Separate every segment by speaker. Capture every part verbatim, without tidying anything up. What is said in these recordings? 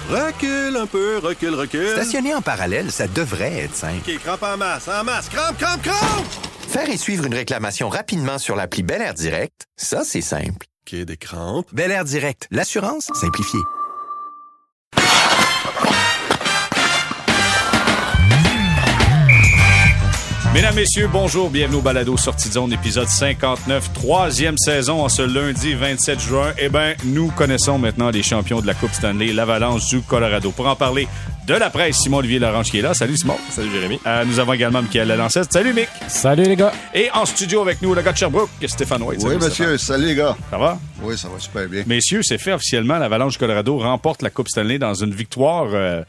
Speaker 1: Recule un peu, recule, recule.
Speaker 2: Stationner en parallèle, ça devrait être simple.
Speaker 1: OK, crampe en masse, en masse, crampe, crampe, crampe!
Speaker 2: Faire et suivre une réclamation rapidement sur l'appli Bel Air Direct, ça, c'est simple.
Speaker 1: OK, des crampes.
Speaker 2: Bel Air Direct, l'assurance simplifiée.
Speaker 3: Mesdames, Messieurs, bonjour, bienvenue au Balado Sortie de zone, épisode cinquante-neuf, troisième saison en ce lundi vingt-sept juin. Eh bien, nous connaissons maintenant les champions de la Coupe Stanley, l'Avalanche du Colorado. Pour en parler de la presse, Simon-Olivier Lorange qui est là. Salut Simon.
Speaker 4: Salut Jérémy.
Speaker 3: Euh, nous avons également Michael Lalancette. Salut Mick.
Speaker 5: Salut les gars.
Speaker 3: Et en studio avec nous, le gars de Sherbrooke, Stéphane White.
Speaker 6: Oui,
Speaker 3: salut,
Speaker 6: monsieur.
Speaker 3: Stéphane.
Speaker 6: Salut les gars.
Speaker 3: Ça va?
Speaker 6: Oui, ça va super bien.
Speaker 3: Messieurs, c'est fait officiellement. L'Avalanche du Colorado remporte la Coupe Stanley dans une victoire... Euh,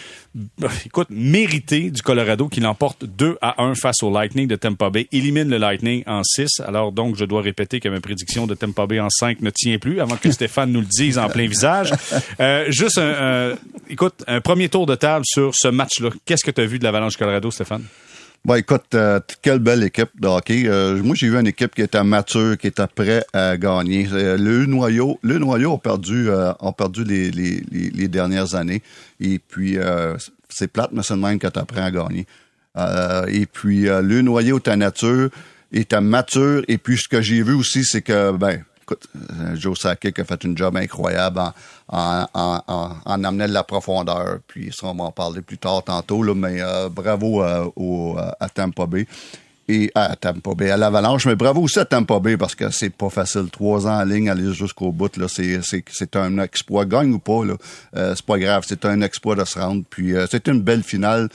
Speaker 3: Écoute, mérité du Colorado qui l'emporte deux à un face au Lightning de Tampa Bay, élimine le Lightning en six. Alors donc, je dois répéter que ma prédiction de Tampa Bay en cinq ne tient plus avant que Stéphane nous le dise en plein visage. Euh, juste un, euh, écoute, un premier tour de table sur ce match-là. Qu'est-ce que tu as vu de l'Avalanche du Colorado, Stéphane?
Speaker 6: Bon, écoute, euh, quelle belle équipe de hockey. Euh, moi, j'ai vu une équipe qui était mature, qui était prête à gagner. Euh, le noyau, le noyau a perdu, euh, a perdu les, les, les, les dernières années. Et puis, euh, c'est plate, mais c'est le même que tu apprends à gagner. Euh, et puis, euh, le noyau était nature, était mature. Et puis, ce que j'ai vu aussi, c'est que, ben, écoute, Joe Sakic a fait une job incroyable en, en, en, en, en amenant de la profondeur. Puis ça, on va en parler plus tard tantôt, là, mais euh, bravo euh, au, à Tampa Bay. Et à Tampa Bay, à l'Avalanche, mais bravo aussi à Tampa Bay parce que c'est pas facile. Trois ans en ligne, aller jusqu'au bout, là, c'est, c'est, c'est un exploit. Gagne ou pas, là, euh, c'est pas grave. C'est un exploit de se rendre. Puis euh, c'est une belle finale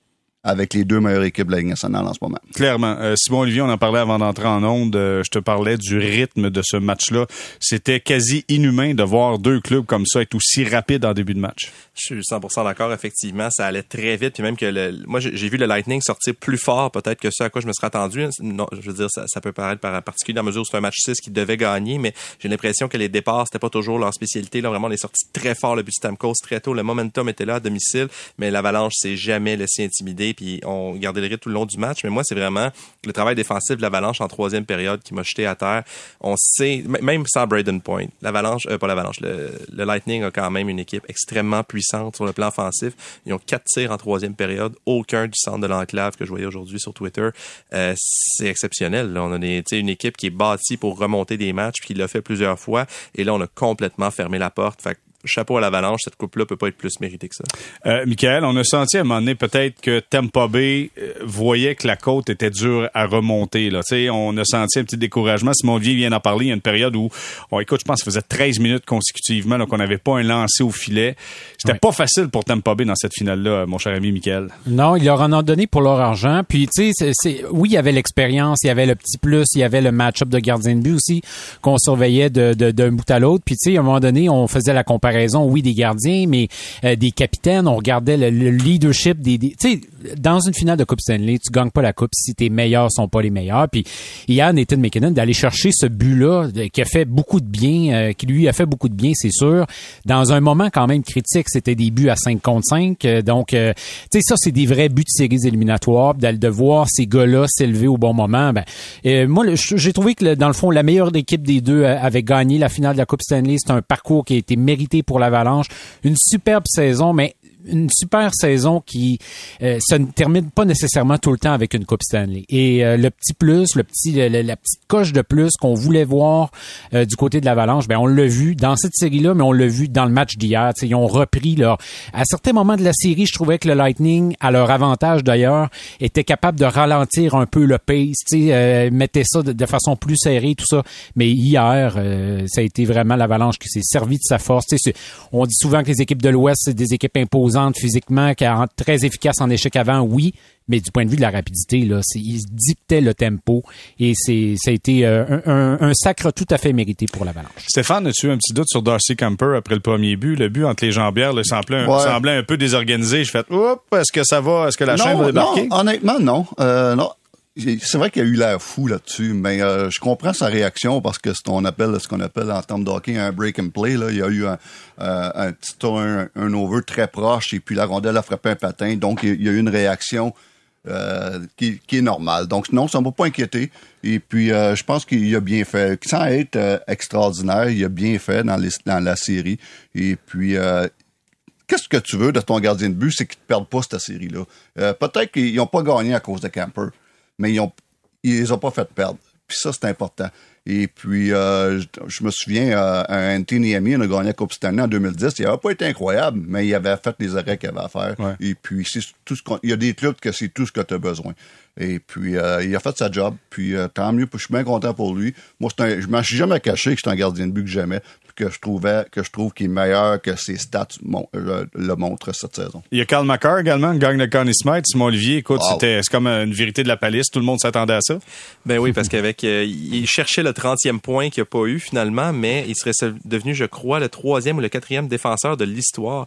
Speaker 6: avec les deux meilleures équipes de la Ligue nationale en ce moment.
Speaker 3: Clairement. Euh, Simon-Olivier, on en parlait avant d'entrer en onde. Euh, je te parlais du rythme de ce match-là. C'était quasi inhumain de voir deux clubs comme ça être aussi rapides en début de match.
Speaker 4: Je suis cent pour cent d'accord, effectivement. Ça allait très vite. Puis même que le, moi, j'ai, j'ai vu le Lightning sortir plus fort peut-être que ce à quoi je me serais attendu. Non, je veux dire, ça, ça peut paraître par particulier dans la mesure où c'est un match six qui devait gagner, mais j'ai l'impression que les départs, c'était pas toujours leur spécialité. Là, vraiment, on est sorti très fort le but de Stamkos très tôt. Le momentum était là à domicile, mais l'Avalanche s'est jamais laissé intimider. Puis on gardait le rythme tout le long du match. Mais moi, c'est vraiment le travail défensif de l'Avalanche en troisième période qui m'a jeté à terre. On sait, même sans Braden Point, l'Avalanche, euh, pas l'Avalanche, le, le Lightning a quand même une équipe extrêmement puissante sur le plan offensif. Ils ont quatre tirs en troisième période, aucun du centre de l'enclave que je voyais aujourd'hui sur Twitter. Euh, c'est exceptionnel. Là. On a des, une équipe qui est bâtie pour remonter des matchs, puis qui l'a fait plusieurs fois. Et là, on a complètement fermé la porte. Fait que chapeau à l'Avalanche, cette coupe-là peut pas être plus méritée que ça.
Speaker 3: Euh, Michael, on a senti à un moment donné peut-être que Tampa Bay euh, voyait que la côte était dure à remonter. Là. T'sais, on a senti un petit découragement. Simon-Olivier vient d'en parler. Il y a une période où, on, écoute, je pense que ça faisait treize minutes consécutivement là, qu'on n'avait pas un lancé au filet. C'était ouais. pas facile pour Tampa Bay dans cette finale-là, mon cher ami Michael.
Speaker 5: Non, ils leur en ont donné pour leur argent. Puis, tu sais, c'est, c'est, oui, il y avait l'expérience, il y avait le petit plus, il y avait le match-up de gardien de but aussi qu'on surveillait de, de, d'un bout à l'autre. Puis, tu sais, à un moment donné, on faisait la comparaison, oui, des gardiens, mais euh, des capitaines. On regardait le, le leadership des... des tu sais, dans une finale de Coupe Stanley, tu gagnes pas la Coupe si tes meilleurs sont pas les meilleurs. Puis hier, Nathan MacKinnon, d'aller chercher ce but-là, qui a fait beaucoup de bien, euh, qui lui a fait beaucoup de bien, c'est sûr. Dans un moment quand même critique, c'était des buts à cinq contre cinq. Euh, donc, euh, tu sais, ça, c'est des vrais buts de séries éliminatoires. De, de voir ces gars-là s'élever au bon moment. Ben, euh, moi, le, j'ai trouvé que, dans le fond, la meilleure équipe des deux avait gagné la finale de la Coupe Stanley. C'est un parcours qui a été mérité pour l'Avalanche. Une superbe saison, mais une super saison qui euh, se ne termine pas nécessairement tout le temps avec une Coupe Stanley. Et euh, le petit plus, le petit, le, la petite coche de plus qu'on voulait voir euh, du côté de l'Avalanche, ben on l'a vu dans cette série-là, mais on l'a vu dans le match d'hier. T'sais, ils ont repris leur... À certains moments de la série, je trouvais que le Lightning, à leur avantage d'ailleurs, était capable de ralentir un peu le pace, euh, mettait ça de, de façon plus serrée, tout ça. Mais hier, euh, ça a été vraiment l'Avalanche qui s'est servi de sa force. T'sais, on dit souvent que les équipes de l'Ouest, c'est des équipes imposantes physiquement, très efficaces en échec avant, oui, mais du point de vue de la rapidité, là, c'est, ils dictaient le tempo et c'est, ça a été euh, un, un, un sacre tout à fait mérité pour l'Avalanche.
Speaker 3: Stéphane, as-tu eu un petit doute sur Darcy Kuemper après le premier but? Le but entre les jambières là, semblait, ouais. semblait un peu désorganisé. Je fais, oups, est-ce que ça va? Est-ce que la
Speaker 6: non,
Speaker 3: chaîne va débarquer?
Speaker 6: Non, honnêtement, non. Euh, non. C'est vrai qu'il a eu l'air fou là-dessus, mais euh, je comprends sa réaction parce que c'est ce qu'on appelle, ce qu'on appelle en termes de hockey un break and play. Là. Il y a eu un, euh, un petit un, un over très proche et puis la rondelle a frappé un patin. Donc, il y a eu une réaction euh, qui, qui est normale. Donc, non, ça ne m'a pas inquiété. Et puis, euh, je pense qu'il a bien fait. Sans être euh, extraordinaire, il a bien fait dans, les, dans la série. Et puis... Euh, qu'est-ce que tu veux de ton gardien de but, c'est qu'ils ne perdent pas cette série-là. Euh, peut-être qu'ils n'ont pas gagné à cause de Camper, mais ils ont, ils les ont pas fait perdre. Puis ça, c'est important. Et puis, euh, je, je me souviens, euh, Anthony Niemi, on a gagné la Coupe Stanley en deux mille dix. Il n'avait pas été incroyable, mais il avait fait les arrêts qu'il avait à faire. Ouais. Et puis, c'est tout ce qu'on, il y a des clubs que c'est tout ce que tu as besoin. Et puis, euh, il a fait sa job. Puis, euh, tant mieux. Je suis bien content pour lui. Moi, c'est un, je m'en suis jamais caché que c'est un gardien de but que j'aimais. que je trouvais, que je trouve qu'il est meilleur que ses stats mon, le, le montrent cette saison.
Speaker 3: Il y a Carl Makar également, une gang de Connie Smythe. Simon Olivier, écoute, wow. c'était, c'est comme une vérité de la palisse. Tout le monde s'attendait à ça. Ben
Speaker 4: oui, parce qu'avec, euh, il cherchait le trentième point qu'il n'a pas eu finalement, mais il serait devenu, je crois, le troisième ou le quatrième défenseur de l'histoire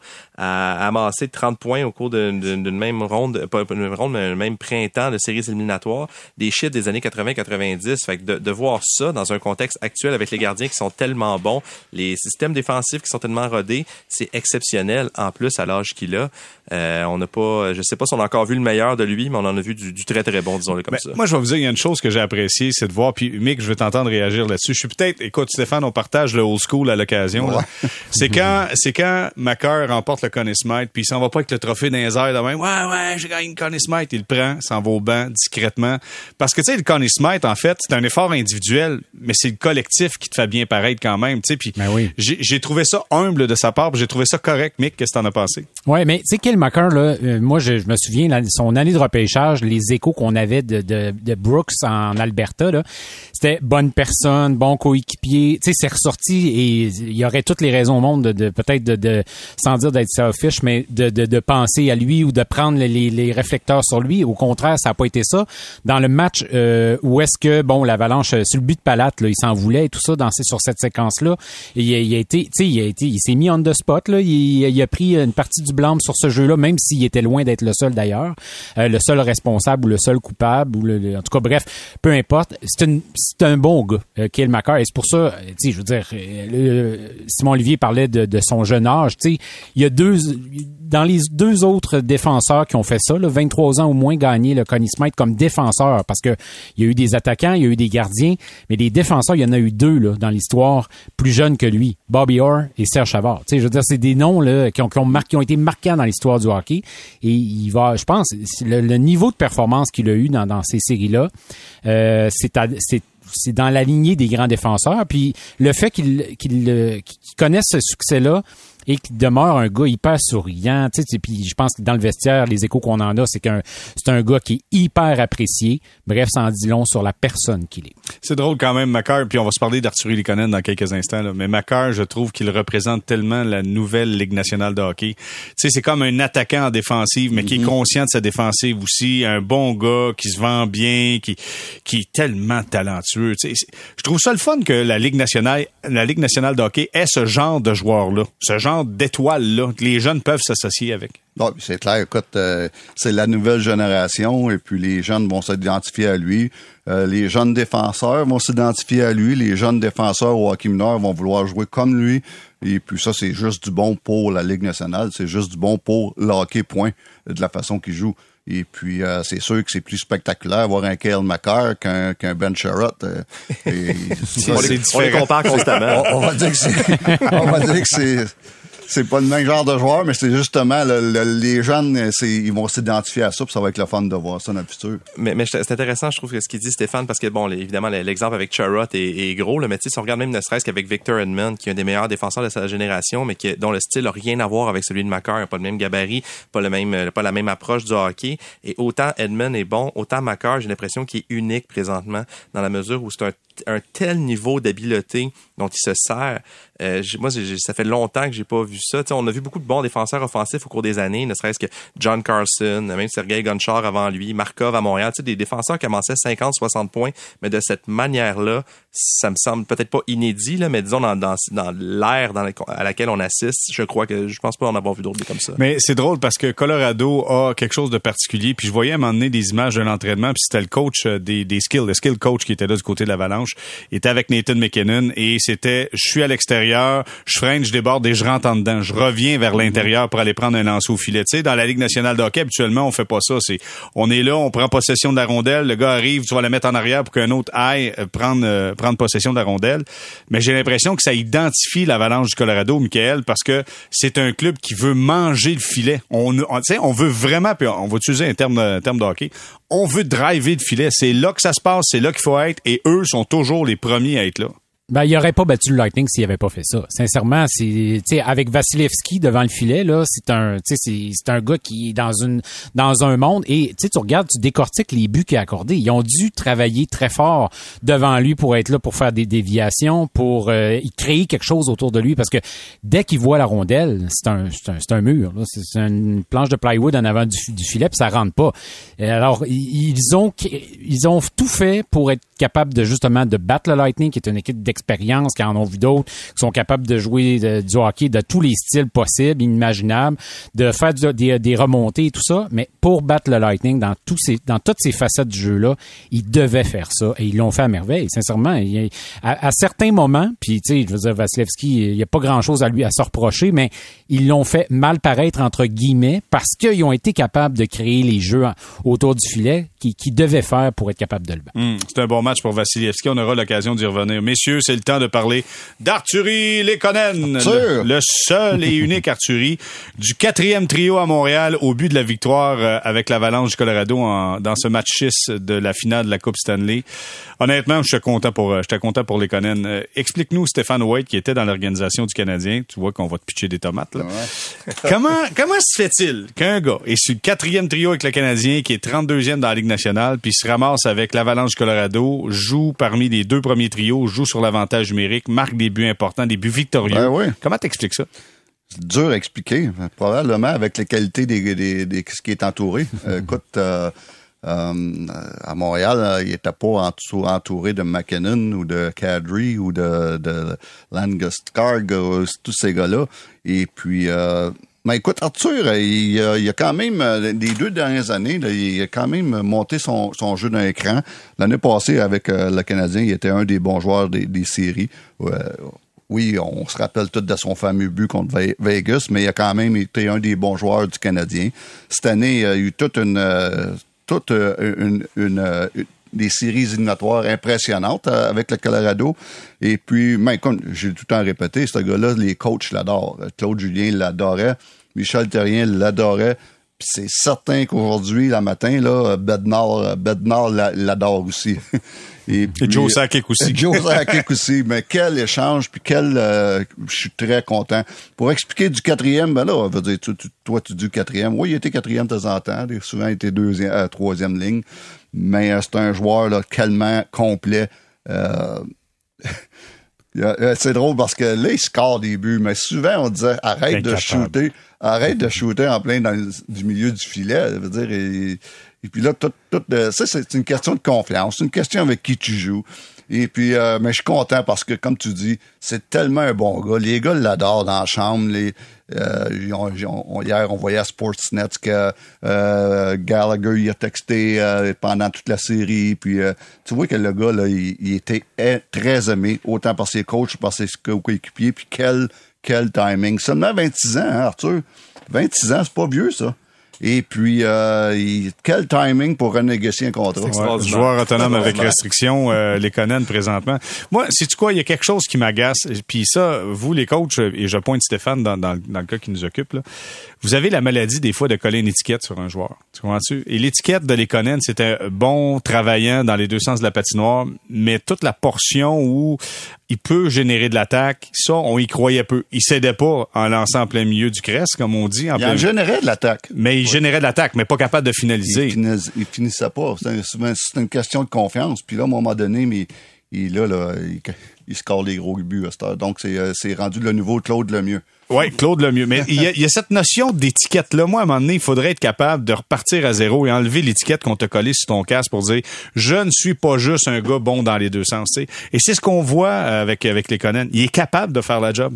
Speaker 4: à amasser trente points au cours d'une, d'une même ronde, pas une ronde, mais un même printemps de séries éliminatoires, des chiffres des années quatre-vingts quatre-vingt-dix. Fait que de, de voir ça dans un contexte actuel avec les gardiens qui sont tellement bons, les systèmes défensifs qui sont tellement rodés, c'est exceptionnel. En plus, à l'âge qu'il a, euh, on n'a pas, je sais pas si on a encore vu le meilleur de lui, mais on en a vu du, du très très bon, disons-le comme ben, ça.
Speaker 3: Moi, je vais vous dire, il y a une chose que j'ai appréciée, c'est de voir, puis Mick, je veux t'entendre réagir là-dessus. Je suis peut-être, écoute, Stéphane, on partage le old school à l'occasion. Ouais. Là. C'est quand, c'est quand Makar remporte le Connie Smythe, puis il s'en va pas avec le trophée dans les airs de même. Ouais, ouais, j'ai gagné une Connie Smythe. Il le prend, s'en va au banc discrètement. Parce que tu sais, le Connie Smythe, en fait, c'est un effort individuel, mais c'est le collectif qui te fait bien paraître quand même. Tu sais, puis
Speaker 5: ben oui.
Speaker 3: j'ai, j'ai trouvé ça humble de sa part, puis j'ai trouvé ça correct. Mick, qu'est-ce que t'en as pensé?
Speaker 5: Ouais, mais tu sais, Cale Makar, là, euh, moi, je, je me souviens, là, son année de repêchage, les échos qu'on avait de, de, de Brooks en Alberta, là, c'était bonne personne, bon coéquipier. Tu sais, c'est ressorti et il y aurait toutes les raisons au monde de, de peut-être de, de, sans dire d'être selfish, mais de, de, de penser à lui ou de prendre les, les réflecteurs sur lui. Au contraire, ça n'a pas été ça. Dans le match euh, où est-ce que, bon, l'Avalanche, sur le but de Palate, là, il s'en voulait et tout ça, dans, sur cette séquence-là, il, il a été, tu sais, il a été, il s'est mis on the spot, là. Il, il a pris une partie du blâme sur ce jeu-là, même s'il était loin d'être le seul d'ailleurs, euh, le seul responsable ou le seul coupable, ou le, le, en tout cas, bref, peu importe. C'est, une, c'est un bon gars, euh, Cale Makar, et c'est pour ça, tu sais, je veux dire, euh, Simon Olivier parlait de, de son jeune âge, tu sais, il y a deux, dans les deux autres défenseurs qui ont fait ça, là, vingt-trois ans au moins gagné le Connie Smythe comme défenseur, parce que il y a eu des attaquants, il y a eu des gardiens, mais les défenseurs, il y en a eu deux là dans l'histoire plus jeunes que lui, Bobby Orr et Serge Chavard. Tu sais, je veux dire, c'est des noms là qui ont, qui ont, marqué, qui ont été marquants dans l'histoire du hockey, et il va, je pense, le, le niveau de performance qu'il a eu dans, dans ces séries-là, euh, c'est, à, c'est c'est dans la lignée des grands défenseurs. Puis le fait qu'il, qu'il, qu'il connaisse ce succès-là et qu'il demeure un gars hyper souriant, tu sais, puis je pense que dans le vestiaire, les échos qu'on en a, c'est qu'un c'est un gars qui est hyper apprécié. Bref, ça en dit long sur la personne qu'il est.
Speaker 3: C'est drôle quand même, Makar, puis on va se parler d'Arturi Likonen dans quelques instants, là. Mais Makar, je trouve qu'il représente tellement la nouvelle Ligue nationale de hockey. Tu sais, c'est comme un attaquant en défensive, mais mm-hmm. qui est conscient de sa défensive aussi, un bon gars qui se vend bien, qui qui est tellement talentueux. Tu sais, je trouve ça le fun que la Ligue nationale, la Ligue nationale de hockey ait ce genre de joueurs-là, ce genre d'étoiles-là, que les jeunes peuvent s'associer avec.
Speaker 6: Non, c'est clair, écoute, euh, c'est la nouvelle génération et puis les jeunes vont s'identifier à lui. Euh, les jeunes défenseurs vont s'identifier à lui. Les jeunes défenseurs au hockey mineur vont vouloir jouer comme lui. Et puis ça, c'est juste du bon pour la Ligue nationale. C'est juste du bon pour le hockey, point, de la façon qu'il joue. Et puis, euh, c'est sûr que c'est plus spectaculaire voir un Cale Makar qu'un, qu'un Ben Sherratt. Euh, et,
Speaker 4: ça, on, les, on les compare constamment.
Speaker 6: On, on va dire que c'est... on va dire que c'est c'est pas le même genre de joueur, mais c'est justement le, le, les jeunes, c'est, ils vont s'identifier à ça, puis ça va être le fun de voir ça dans le futur.
Speaker 4: Mais, mais c'est intéressant, je trouve, ce qu'il dit Stéphane, parce que bon, évidemment, l'exemple avec Sherratt est, est gros, là, mais tu sais, si on regarde même ne serait-ce qu'avec Victor Hedman, qui est un des meilleurs défenseurs de sa génération, mais qui, dont le style n'a rien à voir avec celui de Makar, il n'a pas le même gabarit, pas le même, pas la même approche du hockey. Et autant Hedman est bon, autant Makar, j'ai l'impression qu'il est unique présentement, dans la mesure où c'est un un tel niveau d'habileté dont il se sert. Euh, moi, j'ai, ça fait longtemps que j'ai pas vu ça. T'sais, on a vu beaucoup de bons défenseurs offensifs au cours des années, ne serait-ce que John Carlson, même Sergei Gonchar avant lui, Markov à Montréal, des défenseurs qui amassaient cinquante soixante points, mais de cette manière-là, ça me semble peut-être pas inédit, là, mais disons dans, dans, dans l'ère dans la, à laquelle on assiste, je crois que je pense pas en avoir vu d'autres comme ça.
Speaker 3: Mais c'est drôle parce que Colorado a quelque chose de particulier, puis je voyais à un moment donné des images de l'entraînement, puis c'était le coach des, des skills, le skill coach qui était là du côté de l'Avalanche, il était avec Nathan McKinnon et c'était, je suis à l'extérieur l'intérieur, je freine, je déborde et je rentre en dedans. Je reviens vers l'intérieur pour aller prendre un lancer au filet. Tu sais, dans la Ligue nationale de hockey, habituellement, on fait pas ça. C'est, on est là, on prend possession de la rondelle, le gars arrive, tu vas la mettre en arrière pour qu'un autre aille euh, prendre, euh, prendre possession de la rondelle. Mais j'ai l'impression que ça identifie l'Avalanche du Colorado, Michael, parce que c'est un club qui veut manger le filet. On, on, tu sais, on veut vraiment, puis on va utiliser un terme, un terme de hockey, on veut driver le filet. C'est là que ça se passe, c'est là qu'il faut être, et eux sont toujours les premiers à être là.
Speaker 5: Ben, il aurait pas battu le Lightning s'il avait pas fait ça. Sincèrement, c'est, tu sais, avec Vasilevski devant le filet, là, c'est un, tu sais, c'est, c'est un gars qui est dans une, dans un monde et, tu sais, tu regardes, tu décortiques les buts qu'il a accordés. Ils ont dû travailler très fort devant lui pour être là, pour faire des déviations, pour, euh, créer quelque chose autour de lui parce que dès qu'il voit la rondelle, c'est un, c'est un, c'est un mur, là. C'est, c'est une planche de plywood en avant du, du filet puis ça rentre pas. Alors, ils ont, ils ont tout fait pour être capables de, justement, de battre le Lightning qui est une équipe d'expérience expérience, qui en ont vu d'autres, qui sont capables de jouer de, du hockey de tous les styles possibles, inimaginables, de faire du, des, des remontées et tout ça. Mais pour battre le Lightning dans tous ces, dans toutes ces facettes du jeu-là, ils devaient faire ça et ils l'ont fait à merveille. Sincèrement, il, à, à certains moments, puis tu sais, je veux dire, Vasilevski, il n'y a pas grand-chose à lui à se reprocher, mais ils l'ont fait mal paraître entre guillemets parce qu'ils ont été capables de créer les jeux autour du filet qu'ils, qu'ils devaient faire pour être capables de le battre.
Speaker 3: Mmh, c'est un bon match pour Vasilevski. On aura l'occasion d'y revenir. Messieurs, c'est le temps de parler d'Arthurie Lekonen, le, le seul et unique Arthurie du quatrième trio à Montréal au but de la victoire euh, avec l'Avalanche du Colorado en, dans ce match six de la finale de la Coupe Stanley. Honnêtement, je suis content pour, j'étais content pour Lekonen. Euh, explique-nous, Stéphane White, qui était dans l'organisation du Canadien. Tu vois qu'on va te pitcher des tomates, là. Ouais. comment, comment se fait-il qu'un gars est sur le quatrième trio avec le Canadien, qui est trente-deuxième dans la Ligue nationale, puis se ramasse avec l'Avalanche du Colorado, joue parmi les deux premiers trios, joue sur l'avantage numérique, marque des buts importants, des buts victorieux. Ben oui. Comment t'expliques ça?
Speaker 6: C'est dur à expliquer. Probablement avec les qualités des, des, des ce qui est entouré. euh, écoute, euh, euh, à Montréal, il n'était pas entouré de McKinnon ou de Kadri ou de, de Landeskog, tous ces gars-là. Et puis... Euh, Mais écoute, Arthur, il a, il a quand même, les deux dernières années, là, il a quand même monté son, son jeu d'un cran. L'année passée, avec euh, le Canadien, il était un des bons joueurs des, des séries. Euh, oui, on se rappelle tout de son fameux but contre Vegas, mais il a quand même été un des bons joueurs du Canadien. Cette année, il a eu toute une, euh, toute une, une, une, une des séries éliminatoires impressionnantes euh, avec le Colorado. Et puis, ben, comme j'ai tout le temps répété, ce gars-là, les coachs l'adorent. Claude Julien l'adorait. Michel Therrien l'adorait. Puis c'est certain qu'aujourd'hui, le matin, là, Bednar, Bednar l'adore aussi. Et, puis,
Speaker 3: et Joe Sakic aussi.
Speaker 6: Joe Sakic aussi. Mais quel échange, puis quel... Euh, je suis très content. Pour expliquer du quatrième, ben là, on va dire, tu, tu, toi, tu dis quatrième. Oui, il était quatrième de temps en temps. Souvent, il était deuxième, euh, troisième ligne. Mais euh, c'est un joueur là, tellement complet. Euh, c'est drôle parce que là, il score des buts, mais souvent, on disait arrête Incapable. de shooter, arrête de shooter en plein dans du milieu du filet. Ça veut dire, et, et puis là, tout, tout, ça, c'est une question de confiance. C'est une question avec qui tu joues. Et puis, euh, mais je suis content parce que, comme tu dis, c'est tellement un bon gars. Les gars l'adorent dans la chambre. Les, euh, ils ont, ils ont, hier, on voyait à Sportsnet que euh, Gallagher, il a texté euh, pendant toute la série. Puis, euh, tu vois que le gars, là, il, il était très aimé, autant par ses coachs que par ses coéquipiers. Puis, quel, quel timing. Seulement vingt-six ans, hein, Arthur? vingt-six ans, c'est pas vieux, ça. Et puis, euh, il, quel timing pour renégocier un contrat.
Speaker 3: Ouais, joueur autonome avec restriction, euh, Lekonen présentement. Moi, sais-tu quoi, il y a quelque chose qui m'agace. Puis ça, vous les coachs, et je pointe Stéphane dans, dans, dans le cas qui nous occupe, là, vous avez la maladie des fois de coller une étiquette sur un joueur. Tu comprends-tu? Et l'étiquette de Lekonen, c'était bon, travaillant dans les deux sens de la patinoire, mais toute la portion où il peut générer de l'attaque, ça, on y croyait peu. Il cédait pas en lançant en plein milieu du crest, comme on dit. En
Speaker 6: il
Speaker 3: plein...
Speaker 6: en générait de l'attaque.
Speaker 3: Mais il ouais. générait de l'attaque, mais pas capable de finaliser.
Speaker 6: Il, finis, il finissait pas. C'est, un, c'est une question de confiance. Puis là, à un moment donné, mais il, là, là, il, il score les gros buts à cette heure. Donc, c'est, c'est rendu le nouveau Claude Lemieux.
Speaker 3: Oui, Claude Lemieux. Mais il y, a, il y a cette notion d'étiquette-là. Moi, à un moment donné, il faudrait être capable de repartir à zéro et enlever l'étiquette qu'on t'a collée sur ton casque pour dire « Je ne suis pas juste un gars bon dans les deux sens. » Et c'est ce qu'on voit avec, avec Lekonen. Il est capable de faire la job.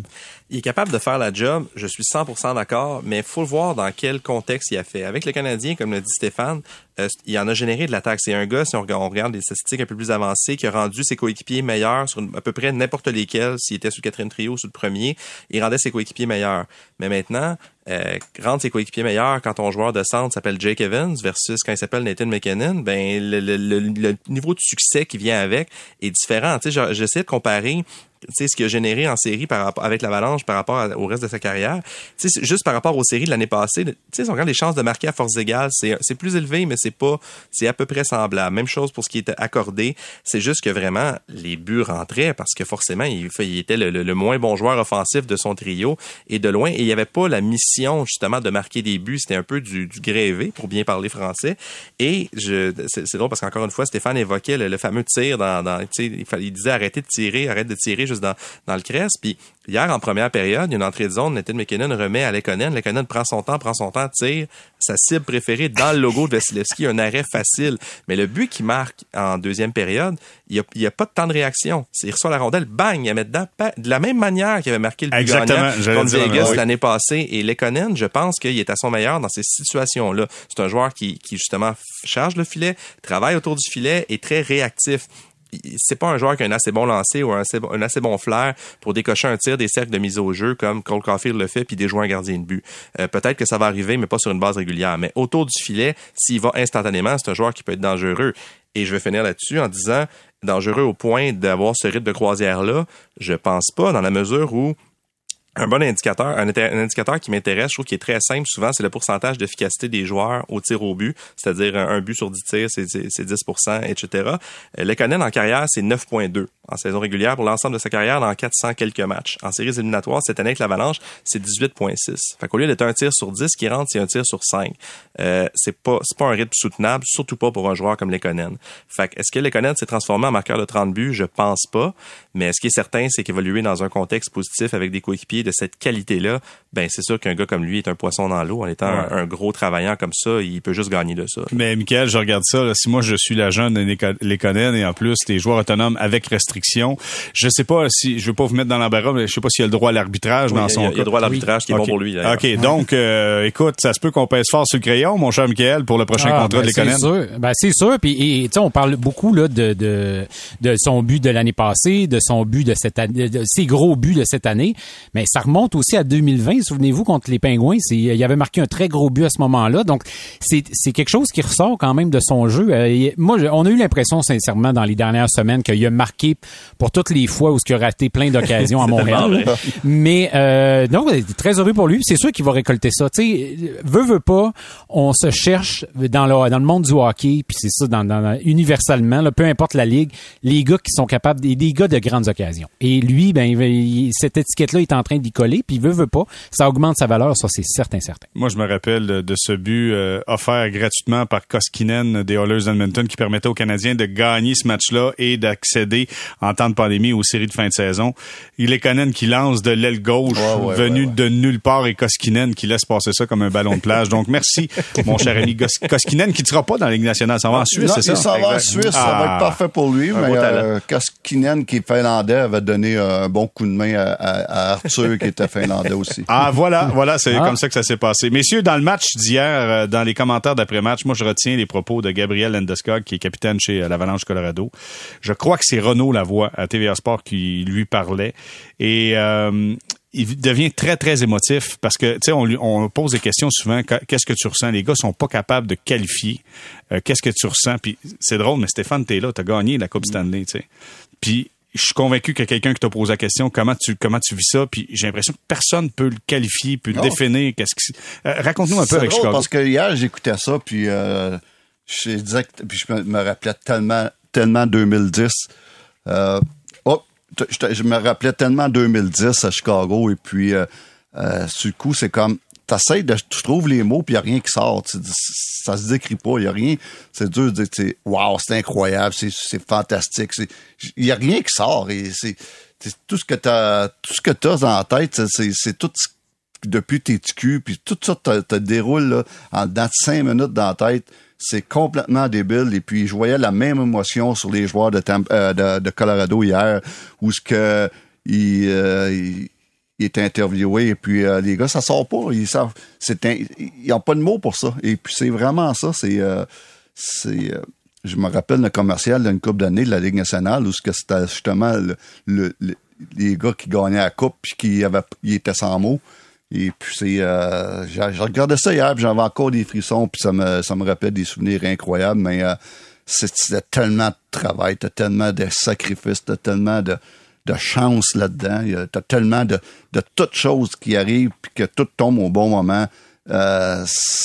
Speaker 4: Il est capable de faire la job, je suis cent pour cent d'accord, mais il faut le voir dans quel contexte il a fait. Avec le Canadien, comme l'a dit Stéphane, euh, il en a généré de l'attaque. C'est un gars, si on regarde, on regarde des statistiques un peu plus avancées, qui a rendu ses coéquipiers meilleurs sur à peu près n'importe lesquels, s'il était sous le quatrième trio ou sous le premier, il rendait ses coéquipiers meilleurs. Mais maintenant, euh, rendre ses coéquipiers meilleurs quand ton joueur de centre s'appelle Jake Evans versus quand il s'appelle Nathan McKinnon, ben le, le, le, le niveau de succès qui vient avec est différent. Tu sais, j'essaie de comparer tu sais, ce qu'il a généré en série par rapport, avec l'Avalanche par rapport à, au reste de sa carrière. Tu sais, juste par rapport aux séries de l'année passée, tu sais, si on regarde les chances de marquer à force égale, c'est, c'est plus élevé, mais c'est pas, c'est à peu près semblable. Même chose pour ce qui était accordé. C'est juste que vraiment, les buts rentraient parce que forcément, il, il était le, le, le moins bon joueur offensif de son trio et de loin. Et il n'y avait pas la mission, justement, de marquer des buts. C'était un peu du, du grévé, pour bien parler français. Et je, c'est, c'est drôle parce qu'encore une fois, Stéphane évoquait le, le fameux tir dans, dans tu sais, il, fallait, il disait arrêtez de tirer, arrête de tirer juste dans, dans le crest. Puis hier, en première période, il y a une entrée de zone, Nathan McKinnon remet à Lekonen. Lekonen prend son temps, prend son temps, tire sa cible préférée dans le logo de Vasilevski, un arrêt facile. Mais le but qu'il marque en deuxième période, il n'y a, il y a pas de temps de réaction. Il reçoit la rondelle, bang, il la met dedans, de la même manière qu'il avait marqué le but
Speaker 3: Exactement,
Speaker 4: gagnant contre Vegas
Speaker 3: oui.
Speaker 4: l'année passée. Et Lekonen, je pense qu'il est à son meilleur dans ces situations-là. C'est un joueur qui, qui justement charge le filet, travaille autour du filet, est très réactif. C'est pas un joueur qui a un assez bon lancer ou un assez bon, un assez bon flair pour décocher un tir des cercles de mise au jeu comme Cole Caulfield le fait puis déjouer un gardien de but. Euh, peut-être que ça va arriver, mais pas sur une base régulière. Mais autour du filet, s'il va instantanément, c'est un joueur qui peut être dangereux. Et je vais finir là-dessus en disant dangereux au point d'avoir ce rythme de croisière-là. Je pense pas, dans la mesure où un bon indicateur, un, un indicateur qui m'intéresse, je trouve qu'il est très simple souvent, c'est le pourcentage d'efficacité des joueurs au tir au but, c'est-à-dire un, un but sur dix tirs, c'est, c'est, c'est dix pour cent, et cetera. Euh, Lekonen en carrière, c'est neuf virgule deux en saison régulière pour l'ensemble de sa carrière dans quatre cents quelques matchs. En séries éliminatoires, cette année avec l'Avalanche, c'est dix-huit virgule six. Fait qu'au lieu d'être un tir sur dix qui rentre, c'est un tir sur cinq. Euh, c'est pas, c'est pas un rythme soutenable, surtout pas pour un joueur comme Lekonen. Fait que est-ce que Lekonen s'est transformé en marqueur de trente buts? Je pense pas. Mais ce qui est certain, c'est qu'évoluer dans un contexte positif avec des coéquipiers de cette qualité-là, ben c'est sûr qu'un gars comme lui est un poisson dans l'eau. En étant ouais. un, un gros travaillant comme ça, il peut juste gagner de ça.
Speaker 3: Mais Michael, je regarde ça. Là, si moi je suis l'agent de Lekonen et en plus des joueurs autonomes avec restriction, je sais pas si je veux pas vous mettre dans l'embarras, mais je sais pas s'il a le droit à l'arbitrage oui, dans son cas.
Speaker 4: Il a le droit à l'arbitrage oui. qui est okay. bon pour lui. D'ailleurs.
Speaker 3: Ok, donc euh, écoute, ça se peut qu'on pèse fort sur le crayon, mon cher Michael, pour le prochain ah, contrat
Speaker 5: ben,
Speaker 3: de Lekonen.
Speaker 5: C'est sûr. Ben c'est sûr. Puis tu sais, on parle beaucoup là de de de son but de l'année passée, de son but de cette année, de ses gros buts de cette année, mais ça remonte aussi à deux mille vingt. Souvenez-vous contre les Pingouins, c'est il avait marqué un très gros but à ce moment-là. Donc c'est c'est quelque chose qui ressort quand même de son jeu. Euh, moi, on a eu l'impression sincèrement dans les dernières semaines qu'il a marqué pour toutes les fois où il a raté plein d'occasions à Montréal. Mais euh, non, très heureux pour lui. C'est sûr qu'il va récolter ça. Tu sais, veut veut pas, on se cherche dans le dans le monde du hockey, puis c'est ça dans, dans universellement, là, peu importe la ligue, les gars qui sont capables des, des gars de grandes occasions. Et lui, ben il, cette étiquette-là est en train d'y coller, puis veut veut pas, ça augmente sa valeur, ça c'est certain certain.
Speaker 3: Moi, je me rappelle de, de ce but euh, offert gratuitement par Koskinen des Oilers d'Edmonton qui permettait aux Canadiens de gagner ce match-là et d'accéder en temps de pandémie aux séries de fin de saison. Il est Lekonen qui lance de l'aile gauche, ouais, ouais, venu ouais, ouais. de nulle part, et Koskinen qui laisse passer ça comme un ballon de plage. Donc, merci, mon cher ami Gos- Koskinen, qui ne sera pas dans la Ligue nationale. Ça va en Suisse,
Speaker 6: non,
Speaker 3: c'est ça?
Speaker 6: Il s'en va en Suisse, ah. ça va être parfait pour lui. Un mais euh, Koskinen, qui est finlandais, avait donné un bon coup de main à, à, à Arthur, qui était finlandais aussi.
Speaker 3: Ah, voilà, voilà, c'est ah. comme ça que ça s'est passé. Messieurs, dans le match d'hier, dans les commentaires d'après-match, moi, je retiens les propos de Gabriel Landeskog, qui est capitaine chez l'Avalanche Colorado. Je crois que c'est Renaud Lavoie à T V A Sport qui lui parlait. Et euh, il devient très, très émotif parce que, tu sais, on, lui, on pose des questions souvent. Qu'est-ce que tu ressens? Les gars sont pas capables de qualifier. Euh, qu'est-ce que tu ressens? Puis c'est drôle, mais Stéphane, t'es là, t'as gagné la Coupe Stanley, tu sais. Puis je suis convaincu qu'il y a quelqu'un qui t'a posé la question, comment tu comment tu vis ça, puis j'ai l'impression que personne peut le qualifier, peut le définir. Qu'est-ce que euh, raconte-nous un peu
Speaker 6: c'est
Speaker 3: avec
Speaker 6: drôle
Speaker 3: Chicago.
Speaker 6: Parce que hier j'écoutais ça, puis euh, je disais, que, puis je me, me rappelais tellement tellement deux mille dix. Euh, oh, je, je me rappelais tellement deux mille dix à Chicago, et puis euh, euh, sur le coup c'est comme t'essayes de, tu trouves les mots puis y a rien qui sort, tu, ça se décrit pas, y a rien, c'est dur de dire, tu sais, wow, c'est incroyable, c'est, c'est fantastique, c'est, y a rien qui sort, et c'est, c'est tout ce que t'as, tout ce que t'as dans la tête, c'est, c'est, c'est tout depuis tes culs, puis tout ça te, te déroule là, en dans cinq minutes dans la tête, c'est complètement débile, et puis je voyais la même émotion sur les joueurs de, Tampa, euh, de, de Colorado hier, où ce que ils, euh, ils il est interviewé et puis euh, les gars, ça sort pas. Ils savent, c'est un, ils n'ont pas de mots pour ça. Et puis c'est vraiment ça. C'est, euh, c'est. Euh, je me rappelle le commercial d'une couple d'années de la Ligue nationale où c'était justement le, le, le, les gars qui gagnaient la coupe puis qui avaient, ils étaient sans mots. Et puis c'est, euh, j'ai, j'ai regardé ça hier, puis j'avais encore des frissons, puis ça me, ça me rappelle des souvenirs incroyables. Mais euh, c'était tellement de travail, t'as tellement de sacrifices, t'as tellement de de chance là-dedans. T'as tellement de, de toutes choses qui arrivent puis que tout tombe au bon moment. Euh,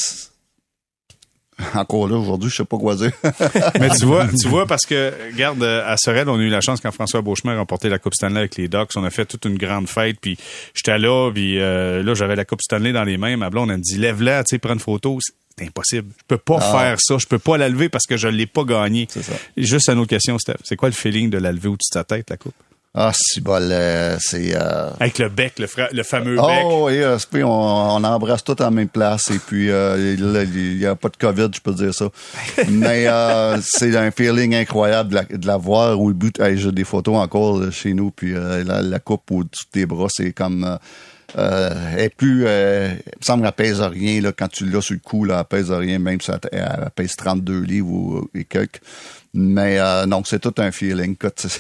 Speaker 6: encore là, aujourd'hui, je sais pas quoi dire.
Speaker 3: Mais tu vois, tu vois, parce que, regarde, à Sorel, on a eu la chance quand François Beauchemin a remporté la Coupe Stanley avec les Ducks. On a fait toute une grande fête, puis j'étais là, puis euh, là, j'avais la Coupe Stanley dans les mains. Ma blonde, elle me dit, lève-la, tu sais, prends une photo. C'est impossible. Je peux pas ah. faire ça. Je peux pas la lever parce que je l'ai pas gagnée. C'est ça. Juste une autre question, Steph. C'est quoi le feeling de la lever au-dessus de ta tête, la coupe?
Speaker 6: Ah, si bol, euh, c'est... Euh...
Speaker 3: Avec le bec, le, fra- le fameux
Speaker 6: oh,
Speaker 3: bec.
Speaker 6: Oh, oui, euh, on, on embrasse tout en même place. Et puis, euh, il n'y a pas de COVID, je peux dire ça. Mais euh, c'est un feeling incroyable de la, de la voir au but. Hey, j'ai des photos encore là, chez nous. Puis euh, la, la coupe au-dessus de tes bras, c'est comme... Euh, euh, elle est plus... Euh, il me semble qu'elle pèse rien. Là, quand tu l'as sur le cou, là, elle pèse rien. Même si elle, elle pèse trente-deux livres ou, et quelques. Mais euh, donc c'est tout un feeling.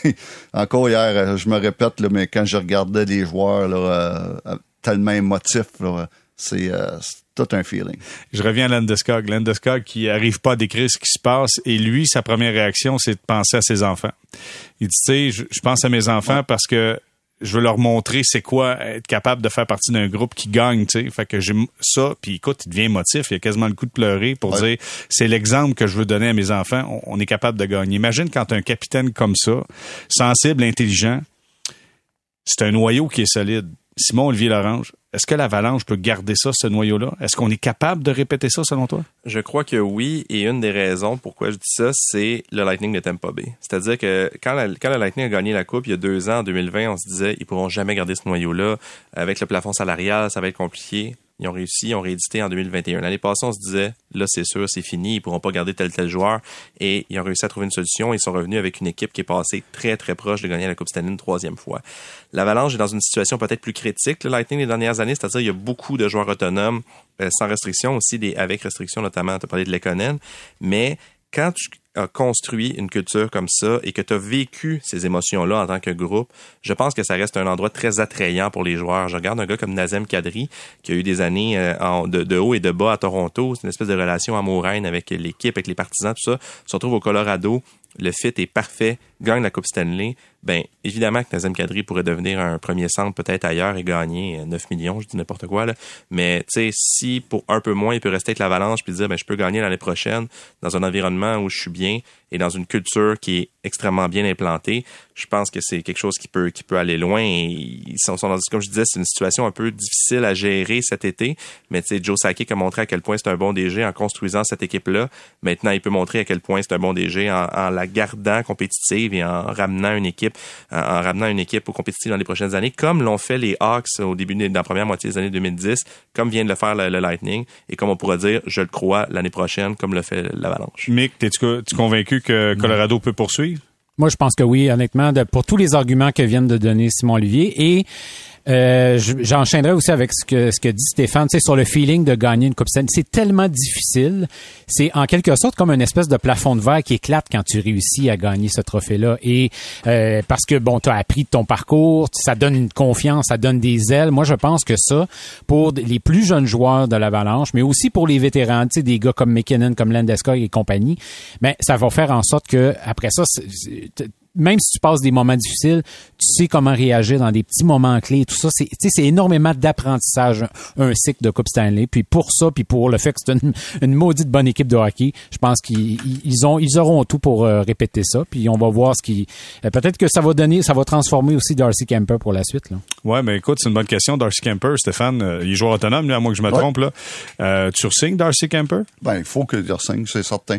Speaker 6: Encore hier, je me répète, là, mais quand je regardais les joueurs là, euh, tellement émotifs, là, c'est, euh, c'est tout un feeling.
Speaker 3: Je reviens à Landeskog. Landeskog qui arrive pas à décrire ce qui se passe et lui, sa première réaction, c'est de penser à ses enfants. Il dit, tu sais, je, je pense à mes enfants ouais. parce que je veux leur montrer c'est quoi être capable de faire partie d'un groupe qui gagne, tu sais. Fait que j'ai ça, puis écoute, il devient émotif, il a quasiment le coup de pleurer pour ouais. dire c'est l'exemple que je veux donner à mes enfants, on, on est capable de gagner. Imagine quand t'as un capitaine comme ça, sensible, intelligent, c'est un noyau qui est solide. Simon-Olivier Lorange, est-ce que l'Avalanche peut garder ça, ce noyau-là? Est-ce qu'on est capable de répéter ça, selon toi?
Speaker 4: Je crois que oui, et une des raisons pourquoi je dis ça, c'est le Lightning de Tampa Bay. C'est-à-dire que quand, la, quand le Lightning a gagné la Coupe il y a deux ans, en deux mille vingt, on se disait ils pourront jamais garder ce noyau-là. Avec le plafond salarial, ça va être compliqué. Ils ont réussi, ils ont réédité en deux mille vingt et un. L'année passée, on se disait, là, c'est sûr, c'est fini, ils pourront pas garder tel tel joueur. Et ils ont réussi à trouver une solution. Ils sont revenus avec une équipe qui est passée très, très proche de gagner la Coupe Stanley une troisième fois. L'Avalanche est dans une situation peut-être plus critique, le Lightning, les dernières années, c'est-à-dire il y a beaucoup de joueurs autonomes, euh, sans restriction aussi, des avec restriction, notamment, tu as parlé de Lekonen. Mais quand tu as construit une culture comme ça et que tu as vécu ces émotions-là en tant que groupe, je pense que ça reste un endroit très attrayant pour les joueurs. Je regarde un gars comme Nazem Kadri, qui a eu des années euh, en, de, de haut et de bas à Toronto. C'est une espèce de relation amoureuse avec l'équipe, avec les partisans, tout ça. Il se retrouve au Colorado. Le fit est parfait, gagne la Coupe Stanley. Ben, évidemment que Nazem Kadri pourrait devenir un premier centre peut-être ailleurs et gagner neuf millions, je dis n'importe quoi, là. Mais, tu sais, si pour un peu moins, il peut rester avec l'Avalanche puis dire, ben, je peux gagner l'année prochaine dans un environnement où je suis bien et dans une culture qui est extrêmement bien implantée, je pense que c'est quelque chose qui peut, qui peut aller loin. Et ils sont, sont dans, comme je disais, c'est une situation un peu difficile à gérer cet été. Mais, tu sais, Joe Sakic a montré à quel point c'est un bon D G en construisant cette équipe-là. Maintenant, il peut montrer à quel point c'est un bon D G en, en la gardant compétitive et en ramenant une équipe en ramenant une équipe au compétitif dans les prochaines années, comme l'ont fait les Hawks au début de la première moitié des années deux mille dix, comme vient de le faire le, le Lightning, et comme on pourrait dire, je le crois, l'année prochaine, comme le fait l'Avalanche.
Speaker 3: Mick, t'es-tu convaincu que Colorado peut poursuivre?
Speaker 5: Moi, je pense que oui, honnêtement, de, pour tous les arguments que viennent de donner Simon Olivier. Et euh, j'enchaînerai aussi avec ce que ce que dit Stéphane, tu sais, sur le feeling de gagner une Coupe Stanley. C'est tellement difficile. C'est en quelque sorte comme une espèce de plafond de verre qui éclate quand tu réussis à gagner ce trophée-là. Et euh, parce que, bon, tu as appris de ton parcours, ça donne une confiance, ça donne des ailes. Moi, je pense que ça, pour les plus jeunes joueurs de l'Avalanche, mais aussi pour les vétérans, tu sais, des gars comme McKinnon, comme Landeskog et compagnie, ben ça va faire en sorte que après ça, c'est, c'est, même si tu passes des moments difficiles, tu sais comment réagir dans des petits moments clés. Tout ça, c'est, tu sais, c'est énormément d'apprentissage, un, un cycle de Coupe Stanley. Puis pour ça, puis pour le fait que c'est une, une maudite bonne équipe de hockey, je pense qu'ils ils ont, ils auront tout pour euh, répéter ça. Puis on va voir ce qui, euh, peut-être que ça va donner, ça va transformer aussi Darcy Kuemper pour la suite, là.
Speaker 3: Ouais, mais écoute, c'est une bonne question. Darcy Kuemper, Stéphane, euh, il est joueur autonome, lui, à moins que je me ouais. trompe, là. Euh, tu re-signes Darcy Kuemper?
Speaker 6: Ben, il faut qu'il re-signe, c'est certain.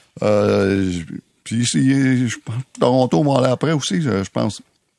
Speaker 6: Euh, Puis, je pense, Toronto va aller après aussi, je, je pense.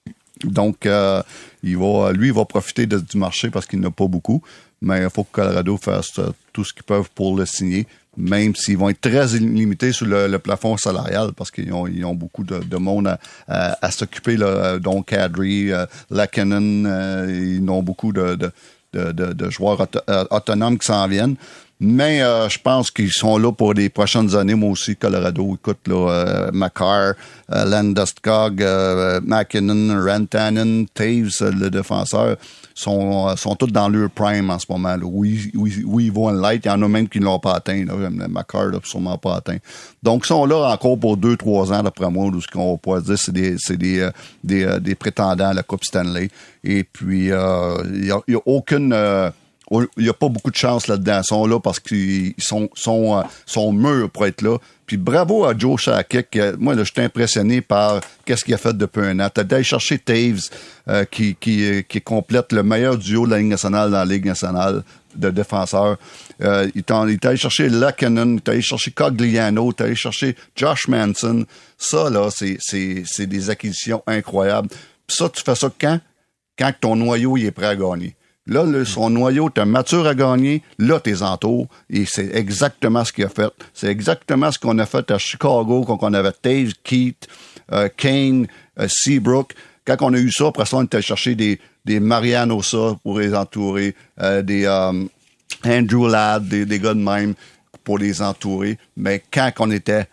Speaker 6: Donc, euh, il va, lui, il va profiter de, du marché parce qu'il n'a pas beaucoup. Mais il faut que Colorado fasse euh, tout ce qu'ils peuvent pour le signer. même s'ils vont être très limités sur le, le plafond salarial parce qu'ils ont, ils ont beaucoup de, de monde à, à, à s'occuper, là, donc Kadri, euh, Lehkonen, euh, ils ont beaucoup de, de, de, de, de joueurs auto, euh, autonomes qui s'en viennent. Mais euh, je pense qu'ils sont là pour les prochaines années, moi aussi, Colorado. Écoute, là, euh, Makar, euh, Landeskog, euh, McKinnon, Rantanen, Taves, le défenseur, sont sont tous dans leur prime en ce moment. Là. Oui, oui, oui, ils vont en light. Il y en a même qui ne l'ont pas atteint. Là. Makar n'a sûrement pas atteint. Donc, ils sont là encore pour deux, trois ans, d'après moi, où ce qu'on pourrait dire, c'est des c'est des, euh, des, euh, des prétendants à la Coupe Stanley. Et puis, euh, il n'y a, a aucune... Euh, il n'y a pas beaucoup de chance là-dedans. Ils sont là parce qu'ils sont, sont, sont mûrs pour être là. Puis bravo à Joe Sakic. Moi, là, je suis impressionné par qu'est-ce qu'il a fait depuis un an. T'as d'aller chercher Taves, euh, qui, qui, qui complète le meilleur duo de la Ligue nationale dans la Ligue nationale de défenseurs. Euh, il est allé chercher Lehkonen, il est allé chercher Cogliano, il est allé chercher Josh Manson. Ça, là, c'est, c'est, c'est des acquisitions incroyables. Puis ça, tu fais ça quand? Quand ton noyau, il est prêt à gagner. Là, le, son noyau, t'es mature à gagner. Là, t'es entours. Et c'est exactement ce qu'il a fait. C'est exactement ce qu'on a fait à Chicago quand on avait Taves, Keith, euh, Kane, euh, Seabrook. Quand on a eu ça, après ça, on était chercher des, des Marianne Ossa pour les entourer, euh, des um, Andrew Ladd, des, des gars de même pour les entourer. Mais quand on était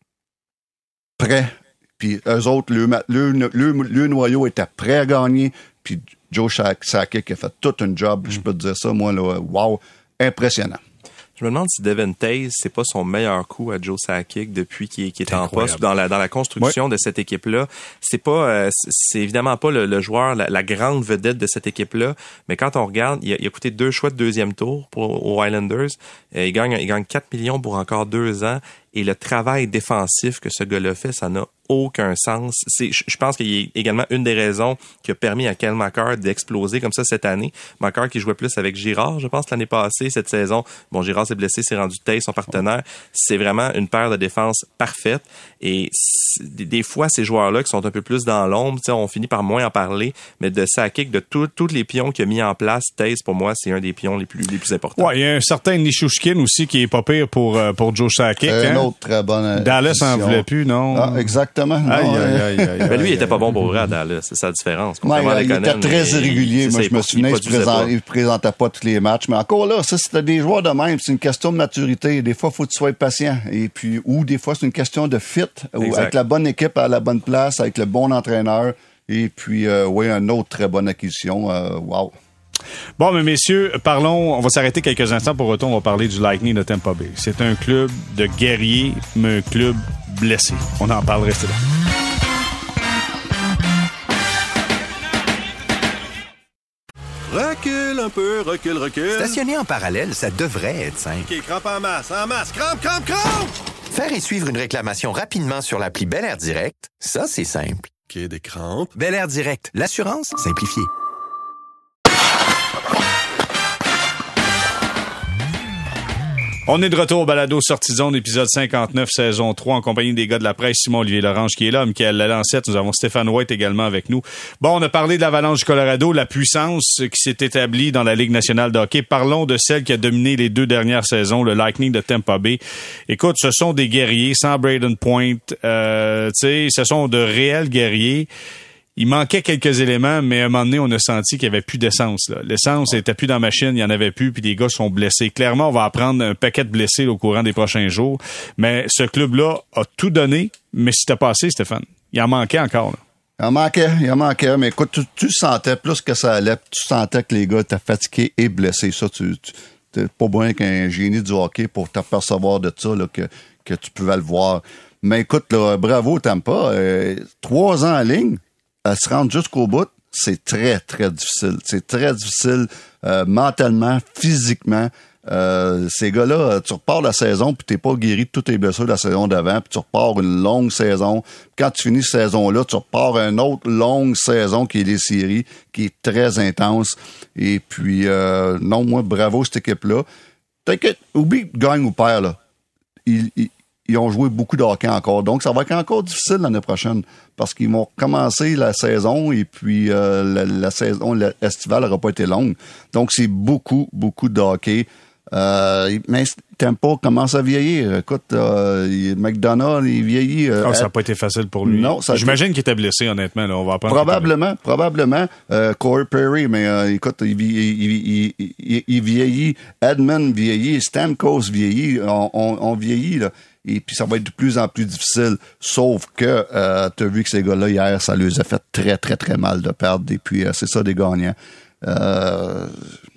Speaker 6: prêts, puis eux autres, le, le, le, le, le noyau était prêt à gagner, puis Joe Sakic a fait tout un job, mm. je peux te dire ça, moi, là, wow, impressionnant.
Speaker 4: Je me demande si Devin Taves, c'est pas son meilleur coup à Joe Sakic depuis qu'il, qu'il est en poste dans la dans la construction ouais. de cette équipe-là. C'est pas, euh, c'est évidemment pas le, le joueur, la, la grande vedette de cette équipe-là, mais quand on regarde, il a, il a coûté deux choix de deuxième tour pour aux Islanders. Euh, il gagne, il gagne quatre millions pour encore deux ans. Et le travail défensif que ce gars-là fait, ça n'a aucun sens. C'est, je pense qu'il y a également une des raisons qui a permis à Cale Makar d'exploser comme ça cette année. Makar qui jouait plus avec Girard, je pense, l'année passée, cette saison. Bon, Girard s'est blessé, s'est rendu Taves, son partenaire. C'est vraiment une paire de défense parfaite. Et des fois, ces joueurs-là qui sont un peu plus dans l'ombre, on finit par moins en parler, mais de Sakic, de tous les pions qu'il a mis en place, Taves, pour moi, c'est un des pions les plus, les plus importants.
Speaker 3: Ouais, il y a un certain Nishushkin aussi qui est pas pire pour, pour Joe Sakic.
Speaker 6: Euh,
Speaker 3: hein?
Speaker 6: Très bonne
Speaker 3: Dallas en voulait plus, non?
Speaker 6: Ah, exactement. Non,
Speaker 3: aïe, aïe, aïe, aïe, aïe,
Speaker 4: mais lui, il était pas bon pour vrai à Dallas. C'est ça la différence.
Speaker 6: Ouais, il était très irrégulier. Moi, je me souviens, il ne présent, présentait pas tous les matchs. Mais encore là, ça, c'était des joueurs de même. C'est une question de maturité. Des fois, il faut que tu sois patient. Et puis, ou des fois, c'est une question de fit. Ou avec la bonne équipe à la bonne place, avec le bon entraîneur. Et puis, euh, oui, une autre très bonne acquisition. Euh, wow.
Speaker 3: Bon, mais messieurs, parlons, on va s'arrêter quelques instants pour retour, on va parler du Lightning de Tampa Bay. C'est un club de guerriers, mais un club blessé. On en parle, restez là.
Speaker 1: Recule un peu, recule, recule.
Speaker 2: Stationner en parallèle, ça devrait être simple.
Speaker 1: OK, crampe en masse, en masse, crampe, crampe, crampe!
Speaker 2: Faire et suivre une réclamation rapidement sur l'appli Bel Air Direct, ça, c'est simple.
Speaker 1: OK, des crampes.
Speaker 2: Bel Air Direct, l'assurance simplifiée.
Speaker 3: On est de retour au balado Sortie de zone, épisode cinquante-neuf, saison trois, en compagnie des gars de la presse, Simon-Olivier Lorange qui est là, Michael Lalancette, nous avons Stéphane White également avec nous. Bon, on a parlé de l'Avalanche du Colorado, la puissance qui s'est établie dans la Ligue nationale de hockey. Parlons de celle qui a dominé les deux dernières saisons, le Lightning de Tampa Bay. Écoute, ce sont des guerriers, sans Braden Point, euh, tu sais, ce sont de réels guerriers. Il manquait quelques éléments, mais à un moment donné, on a senti qu'il n'y avait plus d'essence. Là. L'essence n'était plus dans la machine, il n'y en avait plus, puis les gars sont blessés. Clairement, on va apprendre un paquet de blessés là, au courant des prochains jours. Mais ce club-là a tout donné, mais c'était pas assez, Stéphane. Il en manquait encore. Là.
Speaker 6: Il en manquait, il en manquait, mais écoute, tu, tu sentais plus que ça allait, tu sentais que les gars étaient fatigués et blessés. Ça, tu, tu t'es pas bien qu'un génie du hockey pour t'apercevoir de ça, là, que, que tu pouvais le voir. Mais écoute, là, bravo Tampa, euh, trois ans en ligne, à se rendre jusqu'au bout, c'est très, très difficile. C'est très difficile euh, mentalement, physiquement. Euh, ces gars-là, tu repars la saison, puis t'es pas guéri de toutes tes blessures de la saison d'avant, puis tu repars une longue saison. Quand tu finis cette saison-là, tu repars une autre longue saison qui est les séries, qui est très intense. Et puis, euh, non, moi, bravo cette équipe-là. T'inquiète, oublie gagne ou perd, là. Ils, ils, ils ont joué beaucoup de hockey encore. Donc, ça va être encore difficile l'année prochaine parce qu'ils vont commencer la saison et puis euh, la, la saison la, estivale n'aura pas été longue. Donc, c'est beaucoup, beaucoup de hockey. Euh, mais Tampa commence à vieillir. Écoute, euh, McDonough, il vieillit. Euh,
Speaker 3: oh, ça n'a pas été facile pour lui.
Speaker 6: Non, ça
Speaker 3: J'imagine qu'il était blessé, honnêtement. Là. On va apprendre.
Speaker 6: Probablement, probablement. Euh, Corey Perry, mais euh, écoute, il, il, il, il, il vieillit. Edmund vieillit. Stamkos vieillit. On, on, on vieillit, là. Et puis, ça va être de plus en plus difficile. Sauf que, euh, tu as vu que ces gars-là, hier, ça leur a fait très, très, très mal de perdre. Et puis, euh, c'est ça, des gagnants. Euh,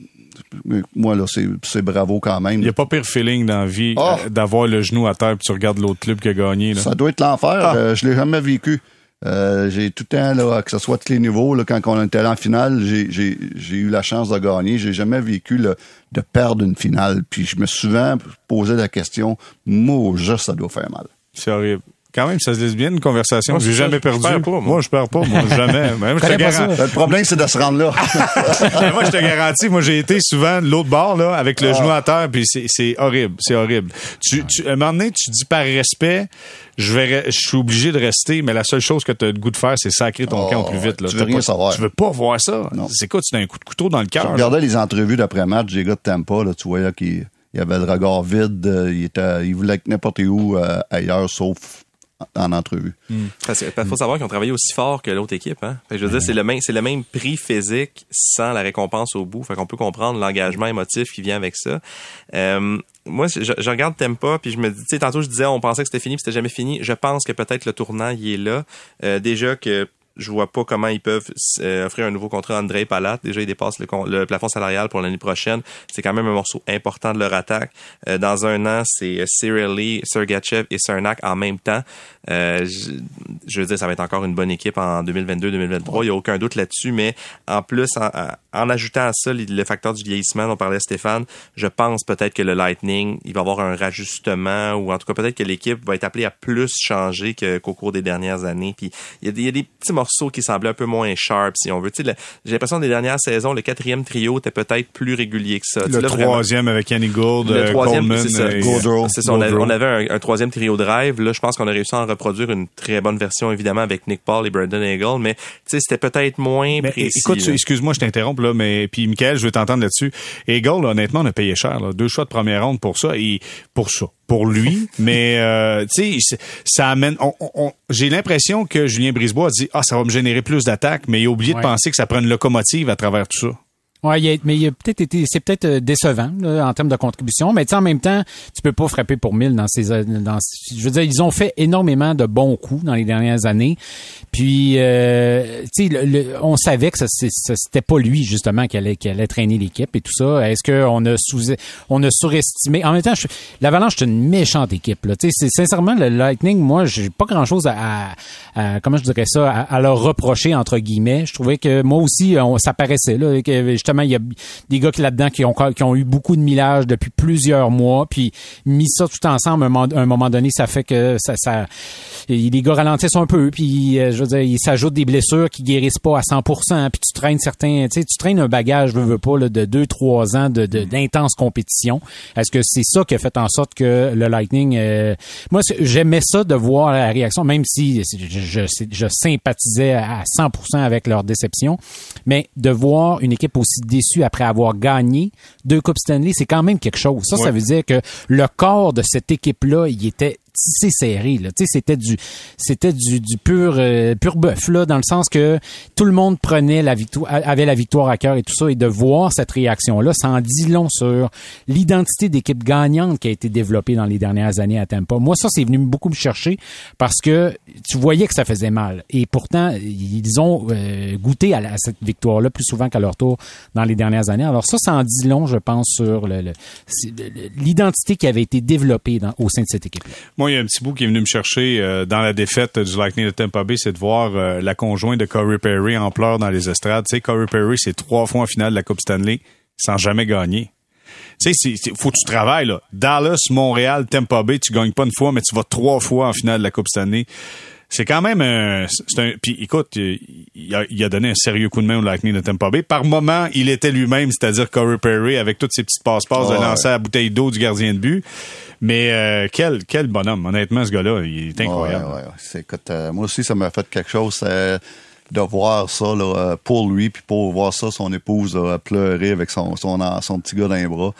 Speaker 6: moi, là, c'est, c'est bravo quand même.
Speaker 3: Il n'y a pas pire feeling dans la vie
Speaker 6: oh.
Speaker 3: euh, d'avoir le genou à terre puis tu regardes l'autre club qui a gagné. Là.
Speaker 6: Ça doit être l'enfer.
Speaker 3: Ah.
Speaker 6: Euh, je l'ai jamais vécu. Euh, j'ai tout le temps, là, que ce soit tous les niveaux, là, quand on était en finale, j'ai, j'ai, j'ai eu la chance de gagner. J'ai jamais vécu le, de perdre une finale. Puis je me suis souvent posé la question, moi, juste, ça doit faire mal.
Speaker 3: C'est horrible. Quand même, ça se laisse bien une conversation.
Speaker 4: Moi,
Speaker 3: j'ai
Speaker 4: ça,
Speaker 3: jamais perdu.
Speaker 4: Je perds pas, moi.
Speaker 3: moi, je perds pas. Moi, jamais. Même, je te garantis.
Speaker 6: Le problème, c'est de se rendre là.
Speaker 3: Moi, je te garantis. Moi, j'ai été souvent de l'autre bord, là, avec le ah. genou à terre, puis c'est, c'est horrible. C'est horrible. Tu, tu, à un moment donné, tu dis par respect, je vais, je suis obligé de rester, mais la seule chose que tu as le goût de faire, c'est sacrer ton
Speaker 6: oh,
Speaker 3: camp au plus vite, là.
Speaker 6: Tu veux rien
Speaker 3: pas,
Speaker 6: savoir.
Speaker 3: Tu veux pas voir ça. Non. C'est quoi? Tu as un coup de couteau dans le cœur.
Speaker 6: Je regardais les entrevues d'après-match des gars de Tampa, là, tu voyais qu'il il avait le regard vide, il était, il voulait être n'importe où, euh, ailleurs, sauf en entrevue.
Speaker 4: Mm. Parce qu'il faut savoir qu'ils ont travaillé aussi fort que l'autre équipe. Hein? Fait que je veux dire, c'est le même, c'est le même prix physique sans la récompense au bout. Fait qu'on peut comprendre l'engagement émotif qui vient avec ça. Euh, moi, je, je regarde Tampa puis je me dis, tu sais, tantôt je disais, on pensait que c'était fini puis c'était jamais fini. Je pense que peut-être le tournant il est là. Euh, déjà que je vois pas comment ils peuvent euh, offrir un nouveau contrat à Andrei Palat. Déjà, ils dépassent le, le plafond salarial pour l'année prochaine. C'est quand même un morceau important de leur attaque. Euh, dans un an, c'est Cirelli, Sergachev et Cernak en même temps. Euh, je, je veux dire, ça va être encore une bonne équipe en deux mille vingt-deux deux mille vingt-trois. Il n'y a aucun doute là-dessus. Mais en plus, en, en ajoutant à ça le facteur du vieillissement dont parlait Stéphane, je pense peut-être que le Lightning, il va avoir un rajustement ou en tout cas peut-être que l'équipe va être appelée à plus changer que, qu'au cours des dernières années. Puis il y a des, il y a des petits morceaux qui semblaient un peu moins sharp, si on veut. Tu sais, le, j'ai l'impression que des dernières saisons, le quatrième trio était peut-être plus régulier que ça.
Speaker 3: Le
Speaker 4: là,
Speaker 3: troisième
Speaker 4: vraiment,
Speaker 3: avec Yanni Gould,
Speaker 4: le troisième,
Speaker 3: Coleman
Speaker 4: c'est ça.
Speaker 3: et
Speaker 4: Gaudreau. C'est ça. On, a,
Speaker 3: Gaudreau.
Speaker 4: on avait un, un troisième trio drive. Là, je pense qu'on a réussi à en reproduire une très bonne version, évidemment, avec Nick Paul et Brandon Hagel, mais tu sais, c'était peut-être moins
Speaker 3: mais,
Speaker 4: précis.
Speaker 3: Écoute,
Speaker 4: là.
Speaker 3: excuse-moi, je t'interromps, là, mais puis Michael, je veux t'entendre là-dessus. Hagel, là, honnêtement, on a payé cher, là. Deux choix de première ronde pour ça et pour ça. Pour lui, mais euh, tu sais, ça amène. On, on, j'ai l'impression que Julien Brisebois a dit ah ça va me générer plus d'attaques, mais il a oublié ouais. de penser que ça prend une locomotive à travers tout ça.
Speaker 5: Ouais, il a, mais il a peut-être été, c'est peut-être décevant là, en termes de contribution, mais tu sais en même temps, tu peux pas frapper pour mille dans ces, dans, je veux dire, ils ont fait énormément de bons coups dans les dernières années. Puis, euh, tu sais, le, le, on savait que ça, c'est, ça, c'était pas lui justement qui allait, qui allait traîner l'équipe et tout ça. Est-ce que on a sous, on a surestimé? En même temps, je, l'Avalanche c'est une méchante équipe là. Tu sais, c'est sincèrement le Lightning. Moi, j'ai pas grand-chose à, à, à comment je dirais ça, à, à leur reprocher entre guillemets. Je trouvais que moi aussi, on, ça paraissait là que justement il y a des gars qui là-dedans qui ont qui ont eu beaucoup de millage depuis plusieurs mois, puis mis ça tout ensemble. À un moment, un moment donné, ça fait que ça, ça les gars ralentissent un peu, puis je veux dire, il s'ajoute des blessures qui guérissent pas à cent pour cent, puis tu traînes certains, tu sais, tu traînes un bagage, veux, veux pas, là, de deux, trois ans de, de d'intense compétition. Est-ce que c'est ça qui a fait en sorte que le Lightning, euh, moi, j'aimais ça de voir la réaction, même si je, je, je sympathisais à cent pour cent avec leur déception, mais de voir une équipe aussi déçue après avoir gagné deux Coupes Stanley, c'est quand même quelque chose. Ça, ouais. ça veut dire que le corps de cette équipe-là, il était tissé serré, là. Tu sais, c'était du, c'était du, du pur, euh, pur bœuf, là, dans le sens que tout le monde prenait la victoire, avait la victoire à cœur et tout ça, et de voir cette réaction-là, ça en dit long sur l'identité d'équipe gagnante qui a été développée dans les dernières années à Tampa. Moi, ça, c'est venu beaucoup me chercher parce que tu voyais que ça faisait mal. Et pourtant, ils ont euh, goûté à, la, à cette victoire-là plus souvent qu'à leur tour dans les dernières années. Alors ça, ça en dit long, je pense, sur le, le, l'identité qui avait été développée dans, au sein de cette équipe-là.
Speaker 3: Moi, il y a un petit bout qui est venu me chercher euh, dans la défaite du Lightning de Tampa Bay, c'est de voir euh, la conjointe de Corey Perry en pleurs dans les estrades. Tu sais, Corey Perry, c'est trois fois en finale de la Coupe Stanley sans jamais gagner. Tu sais, c'est, c'est, faut que tu travailles, là. Dallas, Montréal, Tampa Bay, tu gagnes pas une fois, mais tu vas trois fois en finale de la Coupe Stanley. C'est quand même un, c'est un, puis écoute, il a, il a donné un sérieux coup de main au Lightning de Tampa Bay. Par moment, il était lui-même, c'est-à-dire Corey Perry, avec toutes ses petites passe-passe oh, de lancer ouais. à la bouteille d'eau du gardien de but. Mais euh, quel quel bonhomme, honnêtement, ce gars-là, il est incroyable.
Speaker 6: Ouais, ouais, ouais. C'est, écoute, euh, moi aussi, ça m'a fait quelque chose euh, de voir ça là, pour lui, puis pour voir ça, son épouse là, pleurer avec son, son, son petit gars dans les bras.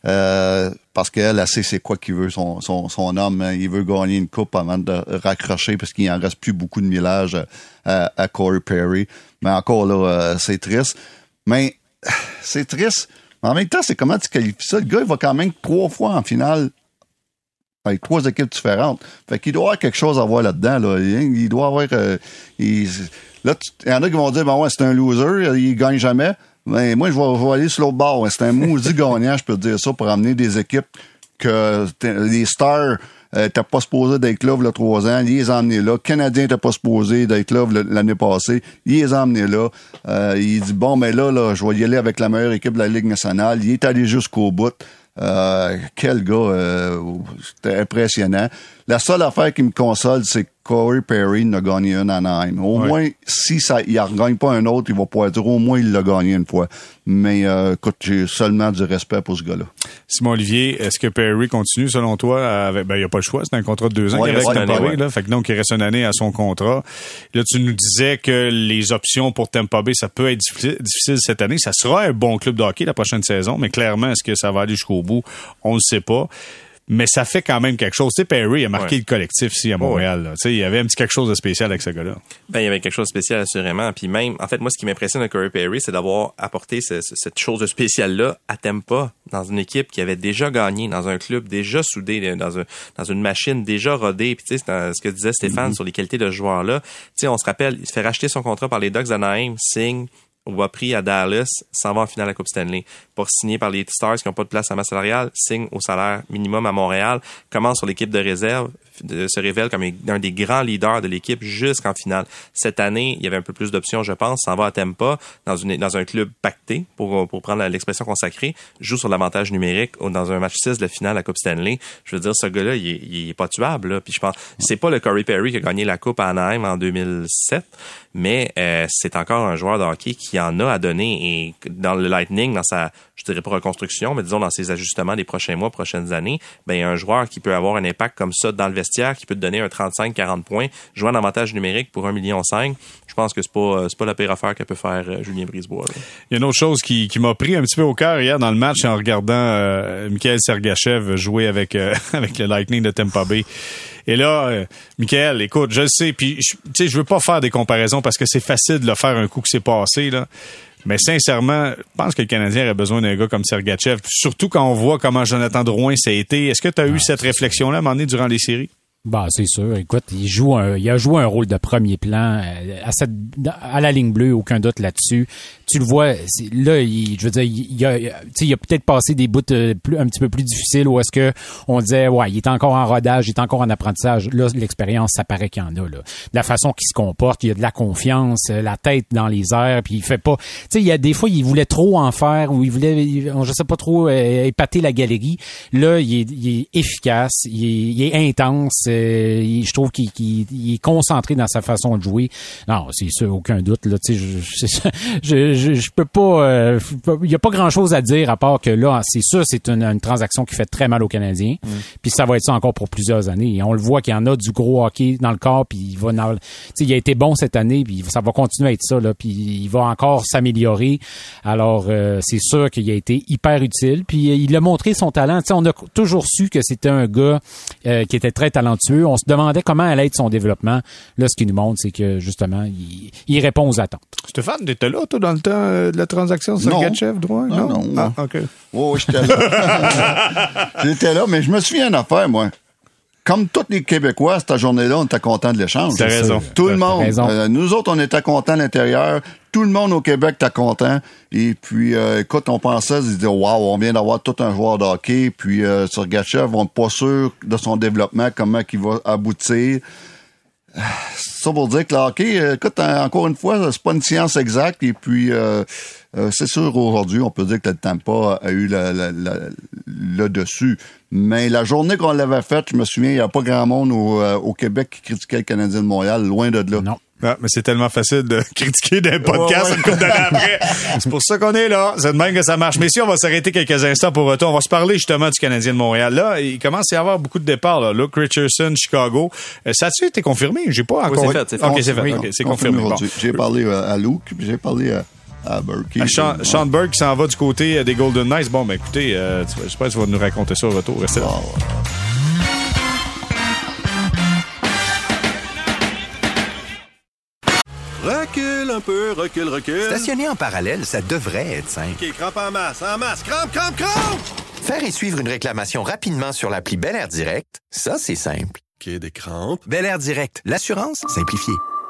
Speaker 6: Euh, parce qu'elle, elle sait c'est quoi qu'il veut, son, son, son homme. Hein. Il veut gagner une coupe avant de raccrocher parce qu'il en reste plus beaucoup de millage à, à Corey Perry. Mais encore là, euh, c'est triste. Mais c'est triste. Mais en même temps, c'est comment tu qualifies ça? Le gars, il va quand même trois fois en finale avec trois équipes différentes. Fait qu'il doit avoir quelque chose à voir là-dedans. Là. Il, il doit avoir... Euh, il, là, il y en a qui vont dire, ben ouais, c'est un loser, il gagne jamais. Ben, moi, je vais, je vais aller sur l'autre bord. C'est un maudit gagnant, je peux te dire ça, pour amener des équipes que les Stars euh, t'as pas supposé d'être là il y a trois ans. Il les a emmenés là. Canadien t'as pas supposé d'être là l'année passée. Il les a emmenés là. Euh, il dit, bon, mais là, là, je vais y aller avec la meilleure équipe de la Ligue nationale. Il est allé jusqu'au bout. Euh, quel gars, euh, c'était impressionnant. La seule affaire qui me console, c'est que Corey Perry en a gagné une à Anaheim. Au ouais. moins, si ça, il en gagne pas un autre, il va pouvoir dire au moins il l'a gagné une fois. Mais euh, écoute, j'ai seulement du respect pour ce gars-là.
Speaker 3: Simon Olivier, est-ce que Perry continue selon toi avec, ben il n'y a pas le choix, c'est un contrat de deux ans
Speaker 4: ouais,
Speaker 3: qui reste
Speaker 4: Tampa Bay,
Speaker 3: là, fait que donc il reste une année à son contrat. Là, tu nous disais que les options pour Tampa Bay, ça peut être difficile, difficile cette année. Ça sera un bon club de hockey la prochaine saison, mais clairement, est-ce que ça va aller jusqu'au bout? On ne le sait pas. Mais ça fait quand même quelque chose. Tu sais, Perry a marqué ouais. le collectif ici à Montréal. Ouais. Tu sais, il y avait un petit quelque chose de spécial avec ce gars-là.
Speaker 4: Ben, il y avait quelque chose de spécial, assurément. Puis même, en fait, moi, ce qui m'impressionne de Corey Perry, c'est d'avoir apporté ce, ce, cette chose de spéciale-là à Tampa, dans une équipe qui avait déjà gagné, dans un club déjà soudé, dans, un, dans une machine déjà rodée. Puis tu sais, c'est ce que disait Stéphane mm-hmm. sur les qualités de ce joueur-là. Tu sais, on se rappelle, il se fait racheter son contrat par les Ducks d'Anaheim, signe, on va pris à Dallas, s'en va en finale à la Coupe Stanley. Pour signer par les Stars qui n'ont pas de place à masse salariale, signe au salaire minimum à Montréal, commence sur l'équipe de réserve, de, se révèle comme un des grands leaders de l'équipe jusqu'en finale. Cette année, il y avait un peu plus d'options, je pense, s'en va à Tampa, dans, une, dans un club pacté, pour, pour prendre l'expression consacrée, joue sur l'avantage numérique dans un match six de la finale à la Coupe Stanley. Je veux dire, ce gars-là, il est, il est pas tuable. Là. Puis je pense, c'est pas le Corey Perry qui a gagné la Coupe à Anaheim en deux mille sept, mais euh, c'est encore un joueur de hockey qui en a à donner. Et dans le Lightning, dans sa, je dirais pas reconstruction, mais disons dans ses ajustements des prochains mois, prochaines années, ben il y a un joueur qui peut avoir un impact comme ça dans le vestiaire, qui peut te donner un trente-cinq à quarante points, jouer en avantage numérique pour un million cinq. Je pense que c'est pas c'est pas la pire affaire que peut faire euh, Julien Brisebois. Là. Il
Speaker 3: y a une autre chose qui, qui m'a pris un petit peu au cœur hier dans le match en regardant euh, Mikhail Sergachev jouer avec euh, avec le Lightning de Tampa Bay. Et là, euh, Michael, écoute, je le sais, puis tu sais, je veux pas faire des comparaisons parce que c'est facile de le faire un coup que c'est passé, là. Mais sincèrement, je pense que le Canadien aurait besoin d'un gars comme Sergachev, surtout quand on voit comment Jonathan Drouin ça a été. Est-ce que tu as ah, eu cette réflexion-là à un moment donné durant les séries?
Speaker 5: Bah, c'est sûr. Écoute, il joue un, il a joué un rôle de premier plan à cette, à la ligne bleue, aucun doute là-dessus. Tu le vois, c'est, là, il, je veux dire, il, il a, tu sais, il a peut-être passé des bouts plus, un petit peu plus difficiles où est-ce que on disait, ouais, il est encore en rodage, il est encore en apprentissage. Là, l'expérience, ça paraît qu'il y en a, là. De la façon qu'il se comporte, il a de la confiance, la tête dans les airs, puis il fait pas, tu sais, il y a des fois, il voulait trop en faire ou il voulait, je sais pas trop, euh, épater la galerie. Là, il est, il est efficace, il est, il est intense. Euh, je trouve qu'il, qu'il il est concentré dans sa façon de jouer. Non, c'est sûr, aucun doute. Là, tu sais, je, je, je, je peux pas. Euh, il y a pas grand-chose à dire à part que là, c'est sûr, c'est une, une transaction qui fait très mal aux Canadiens. Mm. Puis ça va être ça encore pour plusieurs années. Et on le voit qu'il y en a du gros hockey dans le corps. Puis il va, tu sais, il a été bon cette année. Puis ça va continuer à être ça. Là. Puis il va encore s'améliorer. Alors euh, c'est sûr qu'il a été hyper utile. Puis il a montré son talent. Tu sais, on a toujours su que c'était un gars euh, qui était très talentueux. On se demandait comment allait être son développement. Là, ce qu'il nous montre, c'est que, justement, il, il répond aux attentes.
Speaker 3: Stéphane, t'étais là, toi, dans le temps euh, de la transaction sur Sergachev, droit?
Speaker 6: Non, non. non.
Speaker 3: Ah, OK.
Speaker 6: Oh, j'étais là. J'étais là, mais je me souviens d'une affaire, moi. Comme tous les Québécois, cette journée-là, on était contents de l'échange.
Speaker 3: T'as raison.
Speaker 6: Tout le monde. Euh, nous autres, on était contents à l'intérieur. Tout le monde au Québec était content. Et puis, euh, écoute, on pensait, ils disaient, waouh, on vient d'avoir tout un joueur de hockey. Puis, euh, Sergachev, on n'est pas sûr de son développement, comment il va aboutir. Ça pour dire que le hockey, écoute, encore une fois, c'est pas une science exacte. Et puis, euh, euh, c'est sûr, aujourd'hui, on peut dire que le Tampa a eu le, le, le, le dessus. Mais la journée qu'on l'avait faite, je me souviens, il n'y a pas grand monde au, euh, au Québec qui critiquait le Canadien de Montréal, loin de là.
Speaker 5: Non.
Speaker 3: Ah, mais c'est tellement facile de critiquer des podcasts une couple d'années après. C'est pour ça qu'on est là. C'est de même que ça marche. Mais si on va s'arrêter quelques instants pour retour, on va se parler justement du Canadien de Montréal. Là, il commence à y avoir beaucoup de départs. Là. Luke Richardson, Chicago. Euh, ça a-tu été confirmé? J'ai pas encore...
Speaker 4: Oui, c'est fait. C'est fait.
Speaker 3: OK, c'est fait. Oui, okay, c'est confirmé. Bon.
Speaker 6: J'ai parlé euh, à Luke, puis j'ai parlé à... à Berkey.
Speaker 3: À Sean, Sean Burke qui s'en va du côté des Golden Knights. Bon, ben écoutez, euh, j'espère que tu vas nous raconter ça au retour. Restez là.
Speaker 6: Oh.
Speaker 1: Recule un peu, recule, recule.
Speaker 2: Stationner en parallèle, ça devrait être simple.
Speaker 1: OK, crampe en masse, en masse. Crampe, crampe, crampe!
Speaker 2: Faire et suivre une réclamation rapidement sur l'appli Bel Air Direct, ça, c'est simple.
Speaker 1: OK, des crampes.
Speaker 2: Bel Air Direct, l'assurance simplifiée.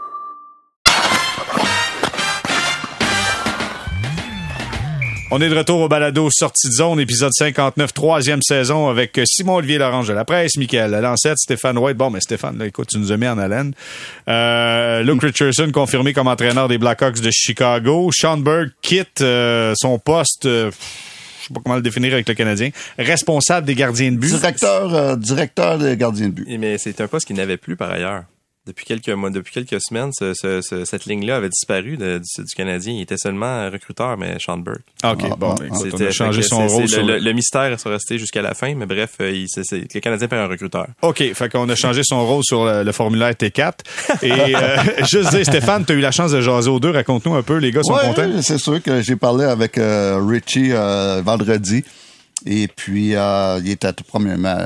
Speaker 3: On est de retour au balado Sortie de zone, épisode cinquante-neuf, troisième saison, avec Simon-Olivier Lorange de la presse, Michael Lancette, Stéphane White. Bon, mais Stéphane, là, écoute, tu nous as mis en haleine. Euh, Luke Richardson, confirmé comme entraîneur des Blackhawks de Chicago. Sean Burke quitte euh, son poste... Euh, je sais pas comment le définir avec le Canadien, responsable des gardiens de but.
Speaker 6: Directeur, euh, directeur des gardiens de but.
Speaker 4: Mais c'est un poste qu'il n'avait plus par ailleurs. Depuis quelques mois, depuis quelques semaines, ce, ce, ce, cette ligne-là avait disparu de, du, du Canadien. Il était seulement recruteur, mais Sean Burke.
Speaker 3: OK,
Speaker 6: ah,
Speaker 3: bon,
Speaker 6: ah,
Speaker 3: écoute, on a changé son rôle.
Speaker 4: C'est,
Speaker 3: sur
Speaker 4: le,
Speaker 3: le...
Speaker 4: le mystère est resté jusqu'à la fin, mais bref, il, c'est, c'est, le Canadien perd un recruteur.
Speaker 3: OK, fait qu'on a changé son rôle sur le, le formulaire T quatre. Et euh, juste dire, Stéphane, tu as eu la chance de jaser aux deux. Raconte-nous un peu, les gars sont
Speaker 6: ouais,
Speaker 3: contents?
Speaker 6: C'est sûr que j'ai parlé avec euh, Richie euh, vendredi. Et puis, euh, il était, premièrement,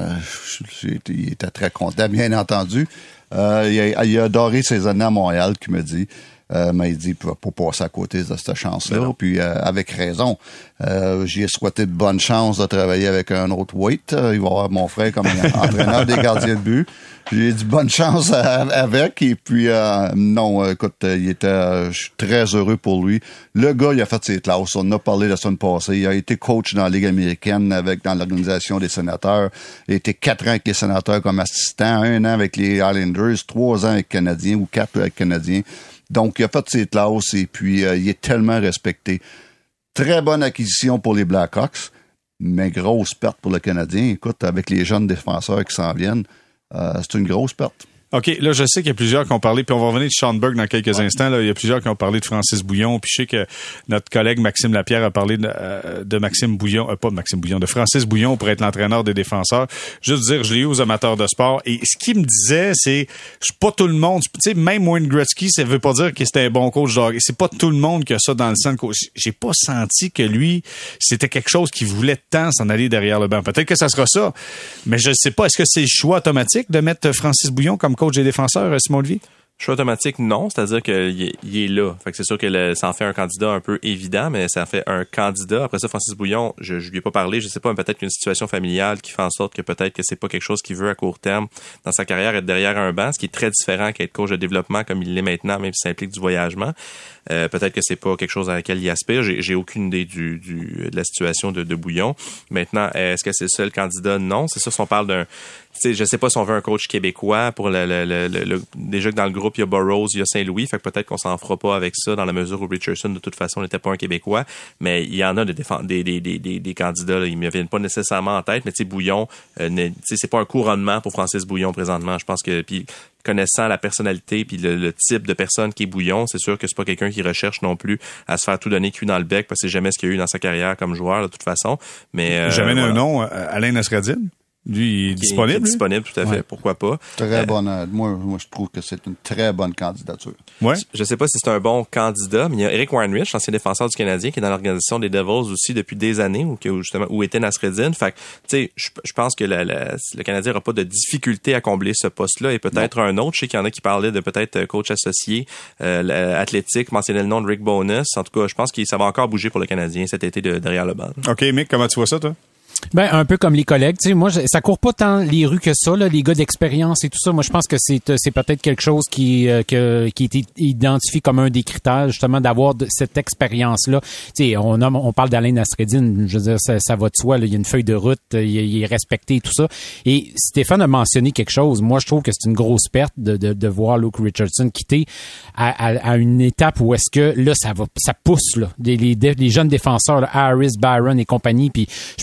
Speaker 6: il était très content, bien entendu. Euh, il, a, il a adoré ses années à Montréal, qu'il me dit. Euh, mais il dit, pour pas passer à côté de cette chance-là. Puis, euh, avec raison. Euh, j'y ai souhaité de bonne chance de travailler avec un autre Waite. Euh, il va avoir mon frère comme entraîneur des gardiens de but. J'ai dit bonne chance à, avec. Et puis, euh, non, écoute, il était, euh, je suis très heureux pour lui. Le gars, il a fait ses classes. On en a parlé la semaine passée. Il a été coach dans la Ligue américaine avec, dans l'organisation des sénateurs. Il a été quatre ans avec les sénateurs comme assistant, un an avec les Islanders, trois ans avec les Canadiens ou quatre avec les Canadiens. Donc, il a fait ses classes et puis, euh, il est tellement respecté. Très bonne acquisition pour les Blackhawks, mais grosse perte pour le Canadien. Écoute, avec les jeunes défenseurs qui s'en viennent, euh, c'est une grosse perte.
Speaker 3: OK, là, je sais qu'il y a plusieurs qui ont parlé, puis on va revenir de Sean Burke dans quelques ouais. instants. Là, il y a plusieurs qui ont parlé de Francis Bouillon, puis je sais que notre collègue Maxime Lapierre a parlé de, euh, de Maxime Bouillon, euh, pas de Maxime Bouillon, de Francis Bouillon pour être l'entraîneur des défenseurs. Juste dire, je l'ai eu aux amateurs de sport, et ce qu'il me disait, c'est, je suis pas tout le monde, tu sais, même Wayne Gretzky, ça veut pas dire que c'était un bon coach de hockey. C'est pas tout le monde qui a ça dans le sang de coach. J'ai pas senti que lui, c'était quelque chose qu'il voulait tant s'en aller derrière le banc. Peut-être que ça sera ça, mais je sais pas, est-ce que c'est le choix automatique de mettre Francis Bouillon comme coach des défenseurs? Simon-Olivier?
Speaker 4: Choix automatique, non. C'est-à-dire qu'il est, il est là. Fait que c'est sûr que le, ça en fait un candidat un peu évident, mais ça en fait un candidat. Après ça, Francis Bouillon, je, je lui ai pas parlé. Je sais pas, mais peut-être qu'une situation familiale qui fait en sorte que peut-être que c'est pas quelque chose qu'il veut à court terme dans sa carrière, être derrière un banc, ce qui est très différent qu'être coach de développement comme il l'est maintenant, même si ça implique du voyagement. Euh, peut-être que c'est pas quelque chose à laquelle il aspire. J'ai, j'ai aucune idée du, du, de la situation de, de Bouillon. Maintenant, est-ce que c'est le seul candidat? Non. C'est sûr, si on parle d'un, tu sais, je sais pas si on veut un coach québécois pour le, le, le, le, le déjà que dans le groupe, il y a Burroughs, il y a Saint-Louis, fait que peut-être qu'on s'en fera pas avec ça dans la mesure où Richardson, de toute façon, n'était pas un Québécois, mais il y en a des, défend- des, des, des, des, des candidats, là, ils me viennent pas nécessairement en tête, mais tu sais, Bouillon, euh, tu sais, c'est pas un couronnement pour Francis Bouillon présentement, je pense que, puis connaissant la personnalité puis le, le type de personne qui est Bouillon, c'est sûr que c'est pas quelqu'un qui recherche non plus à se faire tout donner cul dans le bec, parce que c'est jamais ce qu'il y a eu dans sa carrière comme joueur, de toute façon, mais... Euh,
Speaker 3: J'amène
Speaker 4: voilà.
Speaker 3: un nom, Alain Nasreddine. Lui, il est
Speaker 4: qui,
Speaker 3: disponible.
Speaker 4: Qui est disponible, tout à fait.
Speaker 6: Ouais.
Speaker 4: Pourquoi pas?
Speaker 6: Très
Speaker 4: euh,
Speaker 6: bonne. Euh, moi, moi, je trouve que c'est une très bonne candidature.
Speaker 3: Ouais.
Speaker 4: Je sais pas si c'est un bon candidat, mais il y a Eric Weinrich, ancien défenseur du Canadien, qui est dans l'organisation des Devils aussi depuis des années, où, justement, où était Nasreddine. Fait que, tu sais, je, je pense que la, la, le Canadien n'aura pas de difficulté à combler ce poste-là, et peut-être non. un autre. Je sais qu'il y en a qui parlaient de peut-être coach associé, euh, athlétique, mentionner le nom de Rick Bowness. En tout cas, je pense que ça va encore bouger pour le Canadien cet été de, derrière le banc.
Speaker 3: OK, Mick, comment tu vois ça, toi?
Speaker 5: Ben un peu comme les collègues, tu sais, moi je, ça court pas tant les rues que ça là, les gars d'expérience et tout ça. Moi je pense que c'est c'est peut-être quelque chose qui euh, que qui est identifié comme un des critères justement d'avoir de, cette expérience là. Tu sais, on a, on parle d'Alain Nasreddine, je veux dire ça, ça va de soi là, il y a une feuille de route, il, il est respecté et tout ça. Et Stéphane a mentionné quelque chose. Moi je trouve que c'est une grosse perte de de, de voir Luke Richardson quitter à, à, à une étape où est-ce que là ça va ça pousse là les les, les jeunes défenseurs là, Harris, Byron et compagnie, puis je peux vous dire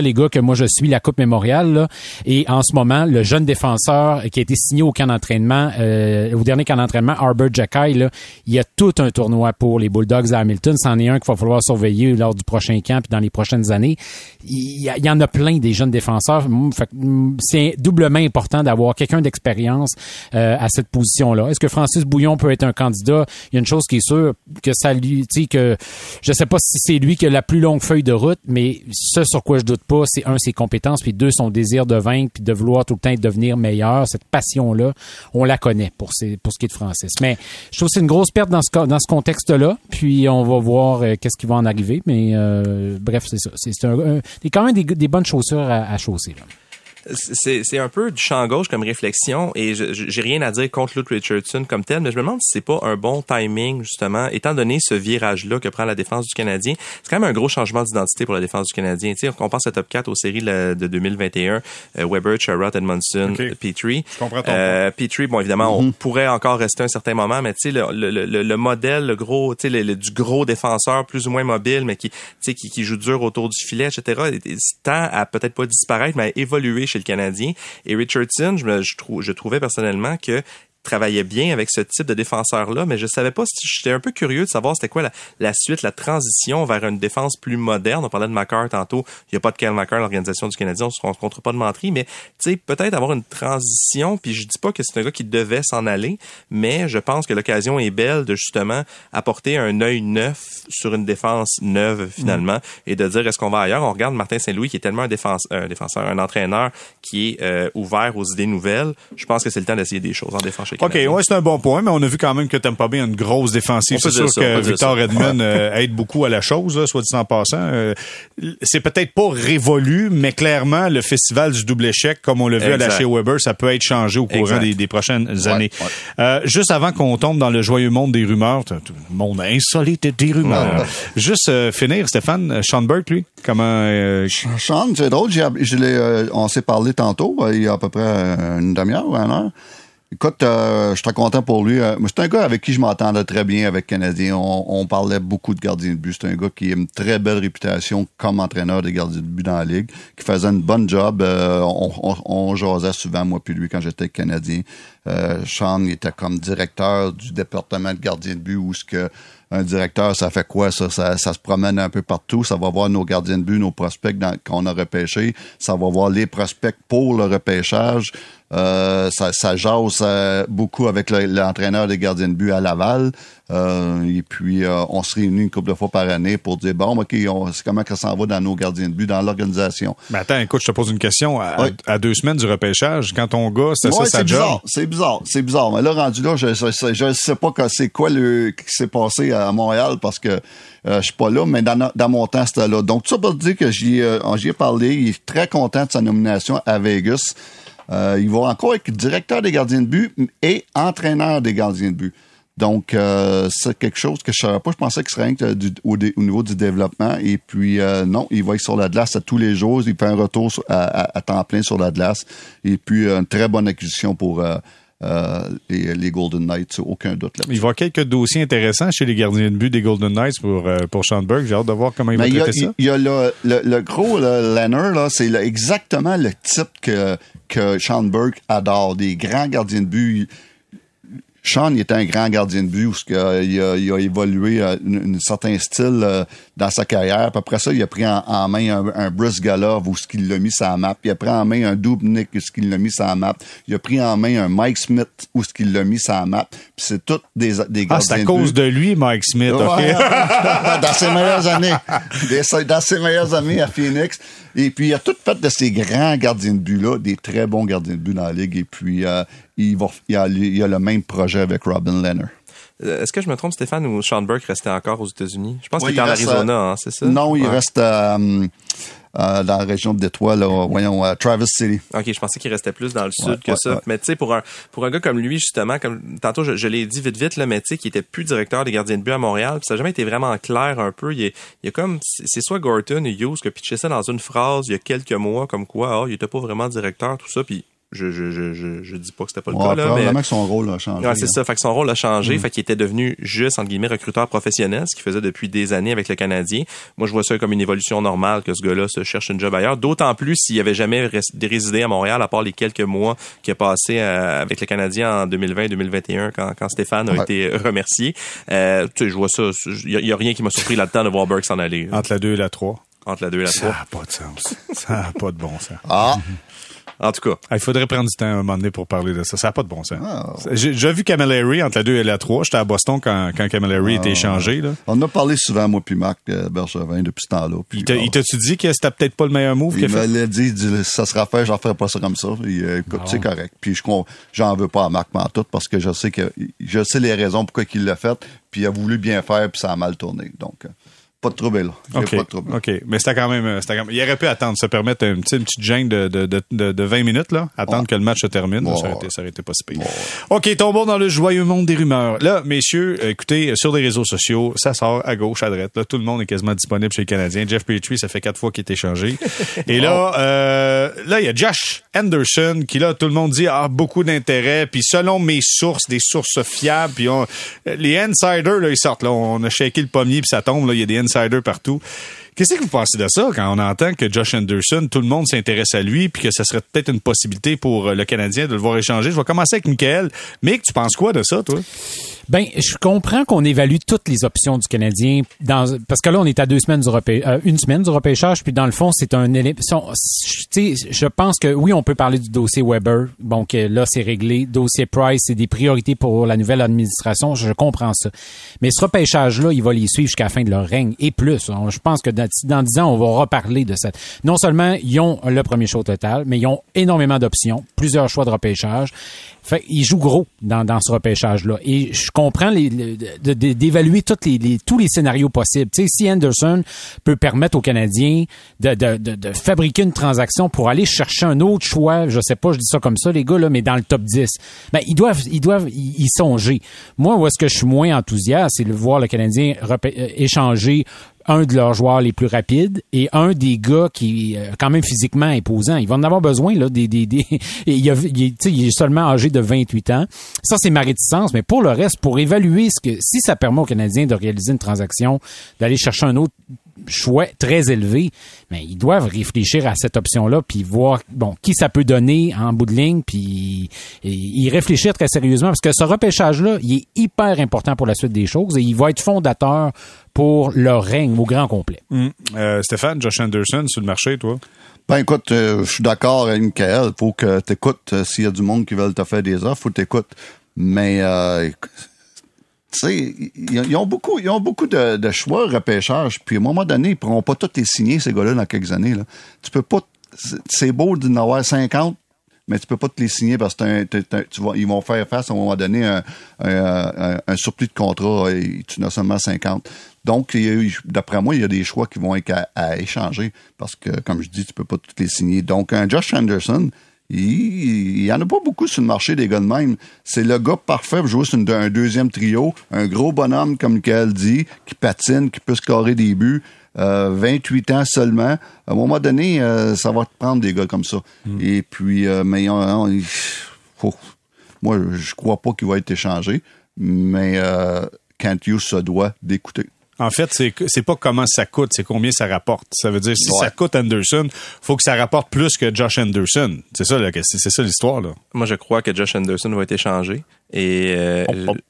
Speaker 5: les gars, que moi je suis la Coupe Mémorial, là, et en ce moment, le jeune défenseur qui a été signé au camp d'entraînement, euh, au dernier camp d'entraînement, Arbor Jackay, là, il y a tout un tournoi pour les Bulldogs à Hamilton. C'en est un qu'il va falloir surveiller lors du prochain camp puis dans les prochaines années. Il y, a, il y en a plein des jeunes défenseurs. Fait, c'est doublement important d'avoir quelqu'un d'expérience euh, à cette position-là. Est-ce que Francis Bouillon peut être un candidat? Il y a une chose qui est sûre, que ça lui, tu sais, que je sais pas si c'est lui qui a la plus longue feuille de route, mais ce sur quoi je doute pas, c'est un, ses compétences, puis deux, son désir de vaincre, puis de vouloir tout le temps devenir meilleur. Cette passion-là, on la connaît pour, ces, pour ce qui est de Francis. Mais je trouve que c'est une grosse perte dans ce, dans ce contexte-là, puis on va voir euh, qu'est-ce qui va en arriver, mais euh, bref, c'est ça. C'est, c'est, un, un, c'est quand même des, des bonnes chaussures à, à chausser, là.
Speaker 4: C'est, c'est un peu du champ gauche comme réflexion et je, j'ai rien à dire contre Luke Richardson comme tel, mais je me demande si c'est pas un bon timing, justement, étant donné ce virage-là que prend la défense du Canadien. C'est quand même un gros changement d'identité pour la défense du Canadien. Tu sais, on pense à top quatre aux séries de deux mille vingt et un, euh, Weber, Sherratt, Edmondson, okay. Petrie.
Speaker 3: Je comprends ton
Speaker 4: euh, Petrie, bon, évidemment,
Speaker 3: mm-hmm.
Speaker 4: on pourrait encore rester un certain moment, mais tu sais, le, le, le, le modèle, le gros, tu sais, le, le, du gros défenseur plus ou moins mobile, mais qui, tu sais, qui, qui joue dur autour du filet, et cetera, tend à peut-être pas disparaître, mais à évoluer chez le Canadien. Et Richardson, je, me, je, trou, je trouvais personnellement que travaillait bien avec ce type de défenseur-là, mais je savais pas si j'étais un peu curieux de savoir c'était quoi la, la suite, la transition vers une défense plus moderne. On parlait de Makar tantôt. Il n'y a pas de Kyle Makar, l'organisation du Canadien. On se rencontre pas de menterie, mais tu sais, peut-être avoir une transition. Puis je dis pas que c'est un gars qui devait s'en aller, mais je pense que l'occasion est belle de justement apporter un œil neuf sur une défense neuve finalement mmh. et de dire est-ce qu'on va ailleurs. On regarde Martin Saint-Louis qui est tellement un, défense, un défenseur, un entraîneur qui est euh, ouvert aux idées nouvelles. Je pense que c'est le temps d'essayer des choses en défense.
Speaker 3: OK, ouais, c'est un bon point, mais on a vu quand même que Tampa Bay a une grosse défensive. C'est sûr ça, que Victor Edmond euh, aide beaucoup à la chose, là, soit dit en passant. Euh, c'est peut-être pas révolu, mais clairement, le festival du double échec, comme on l'a vu exact. à la chez Weber, ça peut être changé au courant des, des prochaines ouais, années. Ouais. Euh, juste avant qu'on tombe dans le joyeux monde des rumeurs, le monde insolite des rumeurs. Ouais. Juste euh, finir, Stéphane, Sean Burke, lui, comment... Euh...
Speaker 6: Sean, c'est drôle, j'ai, je l'ai, euh, on s'est parlé tantôt, euh, il y a à peu près une demi-heure ou une heure. Écoute, euh, je suis très content pour lui. Euh, c'est un gars avec qui je m'entendais très bien avec Canadien. On, on parlait beaucoup de gardiens de but. C'est un gars qui a une très belle réputation comme entraîneur des gardiens de but dans la Ligue, qui faisait une bonne job. Euh, on, on, on jasait souvent, moi puis lui, quand j'étais Canadien. Euh, Sean était comme directeur du département de gardiens de but où ce que un directeur, ça fait quoi, ça? ça? Ça se promène un peu partout. Ça va voir nos gardiens de but, nos prospects dans, qu'on a repêchés. Ça va voir les prospects pour le repêchage. Euh, ça, ça jase euh, beaucoup avec le, l'entraîneur des gardiens de but à Laval. Euh, et puis, euh, on se réunit une couple de fois par année pour dire, bon, OK, on, c'est comment que ça s'en va dans nos gardiens de but, dans l'organisation.
Speaker 3: Mais attends, écoute, je te pose une question. À, oui. à deux semaines du repêchage, quand ton gars, c'est ouais, ça, sa
Speaker 6: c'est
Speaker 3: job?
Speaker 6: Bizarre, c'est bizarre, c'est bizarre. Mais là, rendu là, je je, je sais pas que c'est quoi le qui s'est passé à Montréal parce que euh, je suis pas là, mais dans, dans mon temps, c'était là. Donc, tout ça pour dire que j'y, euh, j'y ai parlé. Il est très content de sa nomination à Vegas. Euh, il va encore être directeur des gardiens de but et entraîneur des gardiens de but. Donc, euh, c'est quelque chose que je savais pas. Je pensais qu'il serait rien du, au, au niveau du développement. Et puis, euh, non, il va être sur la glace à tous les jours. Il fait un retour sur, à, à, à temps plein sur la glace. Et puis, une très bonne acquisition pour euh, euh, les, les Golden Knights. Aucun doute là-dessus.
Speaker 3: Il va y avoir quelques dossiers intéressants chez les gardiens de but des Golden Knights pour, euh, pour Sean Burke. J'ai hâte de voir comment il va traiter ça.
Speaker 6: Il y a le, le, le gros le Leonard, là, c'est le, exactement le type que, que Sean Burke adore. Des grands gardiens de but. Sean, il était un grand gardien de but où il a, il a, il a évolué un, un certain style euh, dans sa carrière. Puis après ça, il a pris en, en main un, un Bruce Galov où ce qu'il l'a mis sur la map. Il a pris en main un Dubnyk où ce qu'il l'a mis sur la map. Il a pris en main un Mike Smith où ce qu'il l'a mis sur la map. Puis c'est tous des, des gardiens de but.
Speaker 3: Ah, c'est à cause de lui, Mike Smith, OK?
Speaker 6: Ouais, dans ses meilleures années. Dans ses meilleures années à Phoenix. Et puis, il a tout fait de ces grands gardiens de but-là, des très bons gardiens de but dans la Ligue. Et puis, euh, il, va, il, a, il a le même projet avec Robin Lehner.
Speaker 4: Euh, est-ce que je me trompe, Stéphane, ou Sean Burke restait encore aux États-Unis? Je pense ouais, qu'il était en Arizona, à, hein, c'est ça?
Speaker 6: Non, il
Speaker 4: ouais.
Speaker 6: reste euh, euh, dans la région de Détroit, là, voyons, uh, Travis City.
Speaker 4: OK, je pensais qu'il restait plus dans le sud
Speaker 6: ouais,
Speaker 4: que
Speaker 6: ouais,
Speaker 4: ça. Ouais. Mais tu sais, pour un pour un gars comme lui, justement, comme tantôt, je, je l'ai dit vite vite, là, mais tu sais, qui était plus directeur des gardiens de but à Montréal, puis ça n'a jamais été vraiment clair un peu. Il y a, il y a comme, c'est soit Gorton ou Hughes qui a pitché ça dans une phrase il y a quelques mois, comme quoi, oh, il était pas vraiment directeur, tout ça, puis Je, je, je, je, je dis pas que c'était pas le
Speaker 6: Ouais,
Speaker 4: cas, là.
Speaker 6: Probablement
Speaker 4: Mais...
Speaker 6: que son rôle a changé.
Speaker 4: Ouais, c'est
Speaker 6: hein.
Speaker 4: ça. Fait que son rôle a changé.
Speaker 6: Mm.
Speaker 4: Fait qu'il était devenu juste, entre guillemets, recruteur professionnel, ce qu'il faisait depuis des années avec le Canadien. Moi, je vois ça comme une évolution normale que ce gars-là se cherche une job ailleurs. D'autant plus s'il avait jamais res- résidé à Montréal, à part les quelques mois qu'il a passé euh, avec le Canadien en deux mille vingt deux mille vingt et un, quand, quand Stéphane a
Speaker 6: Ouais.
Speaker 4: été remercié. Euh, tu sais, je vois ça. Il y, a- y a rien qui m'a surpris là-dedans de voir Burke s'en aller.
Speaker 3: Entre la deux et la trois.
Speaker 4: Entre la deux et la
Speaker 3: Ça
Speaker 4: trois.
Speaker 3: n'a pas de sens. Ça n'a pas de bon sens.
Speaker 6: Ah!
Speaker 4: En tout cas.
Speaker 3: Ah, il faudrait prendre du temps à un moment donné pour parler de ça. Ça n'a pas de bon sens.
Speaker 6: Ah.
Speaker 3: J'ai déjà vu Camilleri entre la deux et la trois. J'étais à Boston quand, quand Camilleri était échangé. Là.
Speaker 6: On en a parlé souvent, moi puis Marc euh, Bergevin, depuis ce temps-là. Puis,
Speaker 3: Il t'a-
Speaker 6: bon,
Speaker 3: il t'a-tu dit que c'était peut-être pas le meilleur move qu'il
Speaker 6: il
Speaker 3: a
Speaker 6: me
Speaker 3: fait?
Speaker 6: l'a dit, il dit, ça sera fait, j'en ferai pas ça comme ça. Puis, euh, écoute, c'est correct. Puis je con- j'en veux pas à Marc Pantoute parce que je sais que je sais les raisons pourquoi il l'a fait, puis il a voulu bien faire, puis ça a mal tourné. Donc, euh, pas de trouble là. Il y a
Speaker 3: OK.
Speaker 6: pas de trouble.
Speaker 3: OK. Mais c'était quand même, c'était quand même, il aurait pu attendre, se permettre une petite, une petite gêne de, de, de, de, de vingt minutes, là. Attendre
Speaker 6: Ouais.
Speaker 3: que le match se termine. là,
Speaker 6: Ouais.
Speaker 3: ça, aurait été, ça aurait été pas si pire.
Speaker 6: Ouais.
Speaker 3: OK. Tombons dans le joyeux monde des rumeurs. Là, messieurs, écoutez, sur les réseaux sociaux, ça sort à gauche, à droite. Là, tout le monde est quasiment disponible chez les Canadiens. Jeff Petrie, ça fait quatre fois qu'il est échangé. Et là, euh, là, il y a Josh Anderson qui, là, tout le monde dit, ah, beaucoup d'intérêt. Puis selon mes sources, des sources fiables, puis on, les insiders, là, ils sortent, là. On a shaké le pommier puis ça tombe, là. Il y a des insiders partout. Qu'est-ce que vous pensez de ça quand on entend que Josh Anderson, tout le monde s'intéresse à lui puis que ce serait peut-être une possibilité pour le Canadien de le voir échanger? Je vais commencer avec Michael. Mick, tu penses quoi de ça, toi?
Speaker 5: Ben, je comprends qu'on évalue toutes les options du Canadien dans, parce que là, on est à deux semaines du repê, euh, une semaine du repêchage, puis dans le fond, c'est un élément, tu sais, je pense que oui, on peut parler du dossier Weber. Bon, que là, c'est réglé. Dossier Price, c'est des priorités pour la nouvelle administration. Je comprends ça. Mais ce repêchage-là, il va les suivre jusqu'à la fin de leur règne et plus. On- Je pense que dans, dans dix ans, on va reparler de ça. Non seulement ils ont le premier choix total, mais ils ont énormément d'options, plusieurs choix de repêchage. Fait, ils jouent gros dans, dans ce repêchage-là. Et je comprends les, les, de, de, d'évaluer toutes les, les, tous les scénarios possibles. Tu sais, si Anderson peut permettre aux Canadiens de, de, de, de fabriquer une transaction pour aller chercher un autre choix, je sais pas, je dis ça comme ça, les gars, là, mais dans le top dix, ben, ils doivent, ils doivent y, y songer. Moi, où est-ce que je suis moins enthousiaste, c'est de voir le Canadien repê- euh, échanger un de leurs joueurs les plus rapides et un des gars qui est quand même physiquement imposant. Ils vont en avoir besoin, là, des, des, des, il, a, il, est, il est seulement âgé de vingt-huit ans. Ça, c'est ma réticence, mais pour le reste, pour évaluer ce que, si ça permet aux Canadiens de réaliser une transaction, d'aller chercher un autre choix très élevé, mais ils doivent réfléchir à cette option-là puis voir, bon, qui ça peut donner en bout de ligne puis et, y réfléchir très sérieusement parce que ce repêchage-là, il est hyper important pour la suite des choses et il va être fondateur pour leur règne au grand complet.
Speaker 3: Mmh. Euh, Stéphane, Josh Anderson sur le marché, toi?
Speaker 6: Ben écoute, euh, je suis d'accord avec Michael. Faut que tu écoutes. Euh, s'il y a du monde qui veut te faire des offres, faut que tu écoutes. Mais euh, tu sais, ils ont beaucoup, ils ont beaucoup de, de choix repêchage. Puis à un moment donné, ils pourront pas tous les signer, ces gars-là, dans quelques années. Là. Tu peux pas. C'est, c'est beau d'en avoir cinquante, mais tu peux pas te les signer parce que t'as un, t'as, t'as, tu vas, ils vont faire face à un moment donné un, un, un, un surplus de contrat et tu n'as seulement cinquante. Donc, il y a, d'après moi, il y a des choix qui vont être à, à échanger parce que, comme je dis, tu peux pas tous les signer. Donc, un Josh Anderson, il, il y en a pas beaucoup sur le marché des gars de même. C'est le gars parfait pour jouer sur une, un deuxième trio, un gros bonhomme, comme Michael dit, qui patine, qui peut scorer des buts. Euh, vingt-huit ans seulement. À un moment donné, euh, ça va te prendre des gars comme ça. Mm. Et puis, euh, mais on, on, il faut, moi, je crois pas qu'il va être échangé, mais euh, Kent Hughes se doit d'écouter.
Speaker 3: En fait, c'est c'est pas comment ça coûte, c'est combien ça rapporte. Ça veut dire, si ouais. ça coûte Anderson, faut que ça rapporte plus que Josh Anderson. C'est ça, là, c'est, c'est ça l'histoire, là.
Speaker 4: Moi, je crois que Josh Anderson va être échangé. Et euh,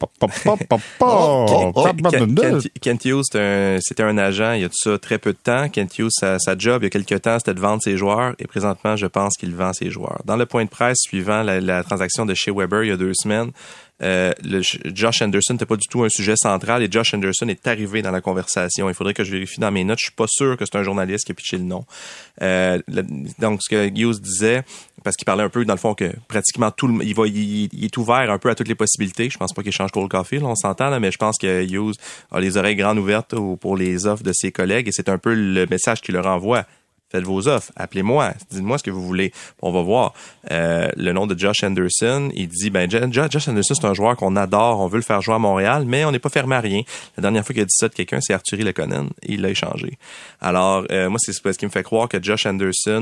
Speaker 4: Kent, Kent Hughes, c'était un, c'était un agent il y a tout ça très peu de temps. Kent Hughes, sa, sa job, il y a quelques temps, c'était de vendre ses joueurs. Et présentement, je pense qu'il vend ses joueurs. Dans le point de presse suivant la, la transaction de chez Weber il y a deux semaines, Euh, le, Josh Anderson n'était pas du tout un sujet central et Josh Anderson est arrivé dans la conversation. Il faudrait que je vérifie dans mes notes. Je suis pas sûr que c'est un journaliste qui a pitché le nom. Euh, le, donc, ce que Hughes disait, parce qu'il parlait un peu, dans le fond, que pratiquement tout le il va il, il est ouvert un peu à toutes les possibilités. Je pense pas qu'il change Cole Caulfield, on s'entend, là, mais je pense que Hughes a les oreilles grandes ouvertes pour les offres de ses collègues et c'est un peu le message qu'il leur envoie. Faites vos offres, appelez-moi, dites-moi ce que vous voulez. On va voir. Euh, le nom de Josh Anderson, il dit, ben Josh Anderson, c'est un joueur qu'on adore, on veut le faire jouer à Montréal, mais on n'est pas fermé à rien. La dernière fois qu'il a dit ça de quelqu'un, c'est Arthurie Lekonen, et il l'a échangé. Alors, euh, moi, c'est ce qui me fait croire que Josh Anderson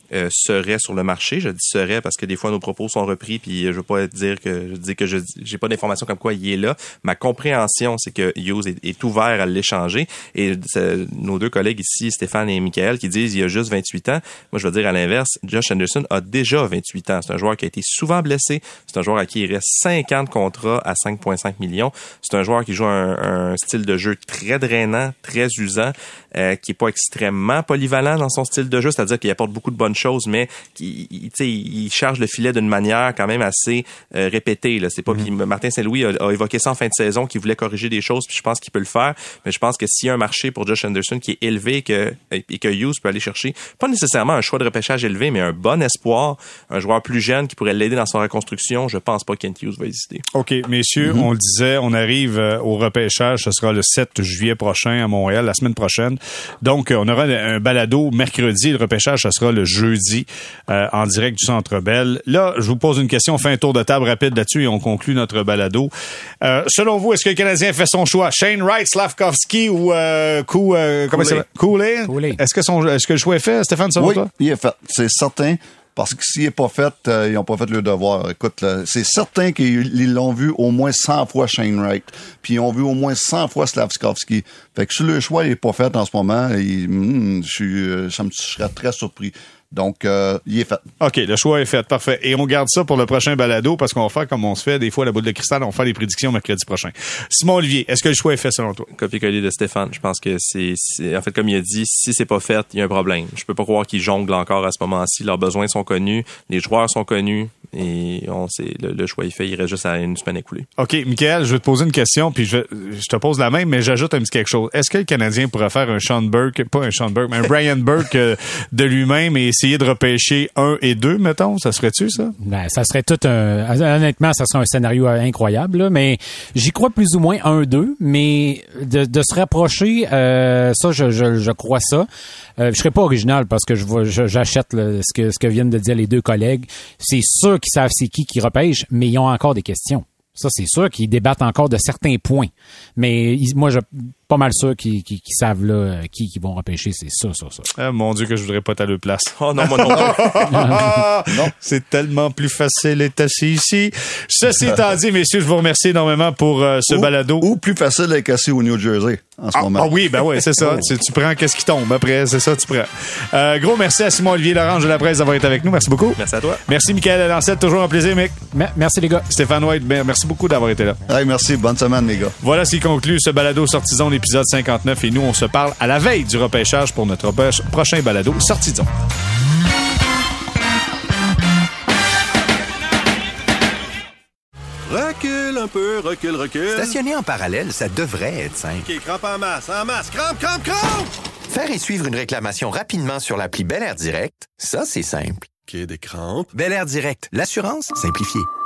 Speaker 4: euh, serait sur le marché. Je dis serait parce que des fois nos propos sont repris, puis je veux pas dire que je dis que je j'ai pas d'informations comme quoi il est là. Ma compréhension, c'est que Hughes est, est ouvert à l'échanger. Et nos deux collègues ici, Stéphane et Michael, qui disent il a juste vingt-huit ans. Moi, je veux dire à l'inverse, Josh Anderson a déjà vingt-huit ans. C'est un joueur qui a été souvent blessé. C'est un joueur à qui il reste cinq ans de contrat à cinq virgule cinq millions. C'est un joueur qui joue un, un style de jeu très drainant, très usant, euh, qui est pas extrêmement polyvalent dans son style de jeu, c'est-à-dire qu'il apporte beaucoup de bonnes choses, mais qui, il, il charge le filet d'une manière quand même assez euh, répétée. Là. C'est pas. Mm-hmm. Puis Martin Saint-Louis a, a évoqué ça en fin de saison, qu'il voulait corriger des choses, puis je pense qu'il peut le faire. Mais je pense que s'il y a un marché pour Josh Anderson qui est élevé que, et que Hughes peut aller chercher, pas nécessairement un choix de repêchage élevé, mais un bon espoir, un joueur plus jeune qui pourrait l'aider dans sa reconstruction, je pense pas que Kent Hughes va hésiter.
Speaker 3: OK, messieurs, mm-hmm. on le disait, on arrive au repêchage, ce sera le sept juillet prochain à Montréal, la semaine prochaine. Donc, on aura un balado mercredi. Le repêchage, ce sera le jeudi euh, en direct du Centre Bell. Là, je vous pose une question, on fait un tour de table rapide là-dessus et on conclut notre balado. Euh, selon vous, est-ce que le Canadien fait son choix? Shane Wright, Slavkovski ou euh, Cou, euh, comment ça Cooley? Cooley. Est-ce que son, est-ce que le choix est fait, Stéphane, selon
Speaker 6: oui,
Speaker 3: toi?
Speaker 6: Oui, il est fait. C'est certain. Parce que s'il n'est pas fait, euh, ils n'ont pas fait le devoir. Écoute, là, c'est certain qu'ils l'ont vu au moins cent fois Shane Wright, puis ils ont vu au moins cent fois Slavkovski. Fait que si le choix n'est pas fait en ce moment, il, hmm, je suis, ça me je serais très surpris. Donc, euh, il est fait. OK,
Speaker 3: le choix est fait. Parfait. Et on garde ça pour le prochain balado parce qu'on va faire comme on se fait des fois la boule de cristal, on va faire les prédictions mercredi prochain. Simon Olivier, est-ce que le choix est fait selon toi?
Speaker 4: Copier-coller de Stéphane. Je pense que c'est, c'est... En fait, comme il a dit, si c'est pas fait, il y a un problème. Je peux pas croire qu'ils jonglent encore à ce moment-ci. Leurs besoins sont connus, les joueurs sont connus et on sait, le, le choix est fait. Il reste juste à une semaine écoulée.
Speaker 3: OK, Michael, je vais te poser une question puis je, je te pose la même, mais j'ajoute un petit quelque chose. Est-ce que le Canadien pourrait faire un Sean Burke, pas un Sean Burke, mais un Brian Burke euh, de lui-même et essayer de repêcher un et deux, mettons? Ça serait-tu, ça?
Speaker 5: Ben, ça serait tout un... Honnêtement, ça serait un scénario incroyable, là, mais j'y crois plus ou moins un deux, mais de, de se rapprocher, euh, ça, je, je, je crois ça. Euh, je serais pas original parce que je, je j'achète là, ce que ce que viennent de dire les deux collègues. C'est sûr qu'ils savent c'est qui qui repêche, mais ils ont encore des questions. Ça, c'est sûr qu'ils débattent encore de certains points. Mais ils, moi, je pas mal sûr qu'ils, qu'ils, qu'ils savent là qui, qui vont repêcher. C'est ça, ça, ça.
Speaker 3: Ah, mon Dieu, que je voudrais pas être à leur place.
Speaker 4: Oh non, moi non.
Speaker 3: Non, c'est tellement plus facile d'être assis ici. Ceci étant dit, messieurs, je vous remercie énormément pour euh, ce
Speaker 6: ou,
Speaker 3: balado.
Speaker 6: Ou plus facile d'être assis au New Jersey en ce
Speaker 3: ah,
Speaker 6: moment.
Speaker 3: Ah oui, ben oui, c'est ça. tu, tu prends qu'est-ce qui tombe après, c'est ça, tu prends. Euh, gros merci à Simon-Olivier Lorange de la presse d'avoir été avec nous. Merci beaucoup.
Speaker 4: Merci à toi.
Speaker 3: Merci Michael Lancette, toujours un plaisir, mec.
Speaker 5: Merci les gars.
Speaker 3: Stéphane White, ben, merci beaucoup d'avoir été là.
Speaker 6: Hey, merci, bonne semaine les gars.
Speaker 3: Voilà ce qui conclut ce balado Sortison, l'épisode cinquante-neuf. Et nous, on se parle à la veille du repêchage pour notre prochain balado Sortison.
Speaker 1: Recule un peu, recule, recule.
Speaker 2: Stationner en parallèle, ça devrait être simple.
Speaker 1: OK, crampe en masse, en masse, crampe, crampe, crampe!
Speaker 2: Faire et suivre une réclamation rapidement sur l'appli Bel Air Direct, ça, c'est simple.
Speaker 1: OK, des crampes.
Speaker 2: Bel Air Direct, l'assurance simplifiée.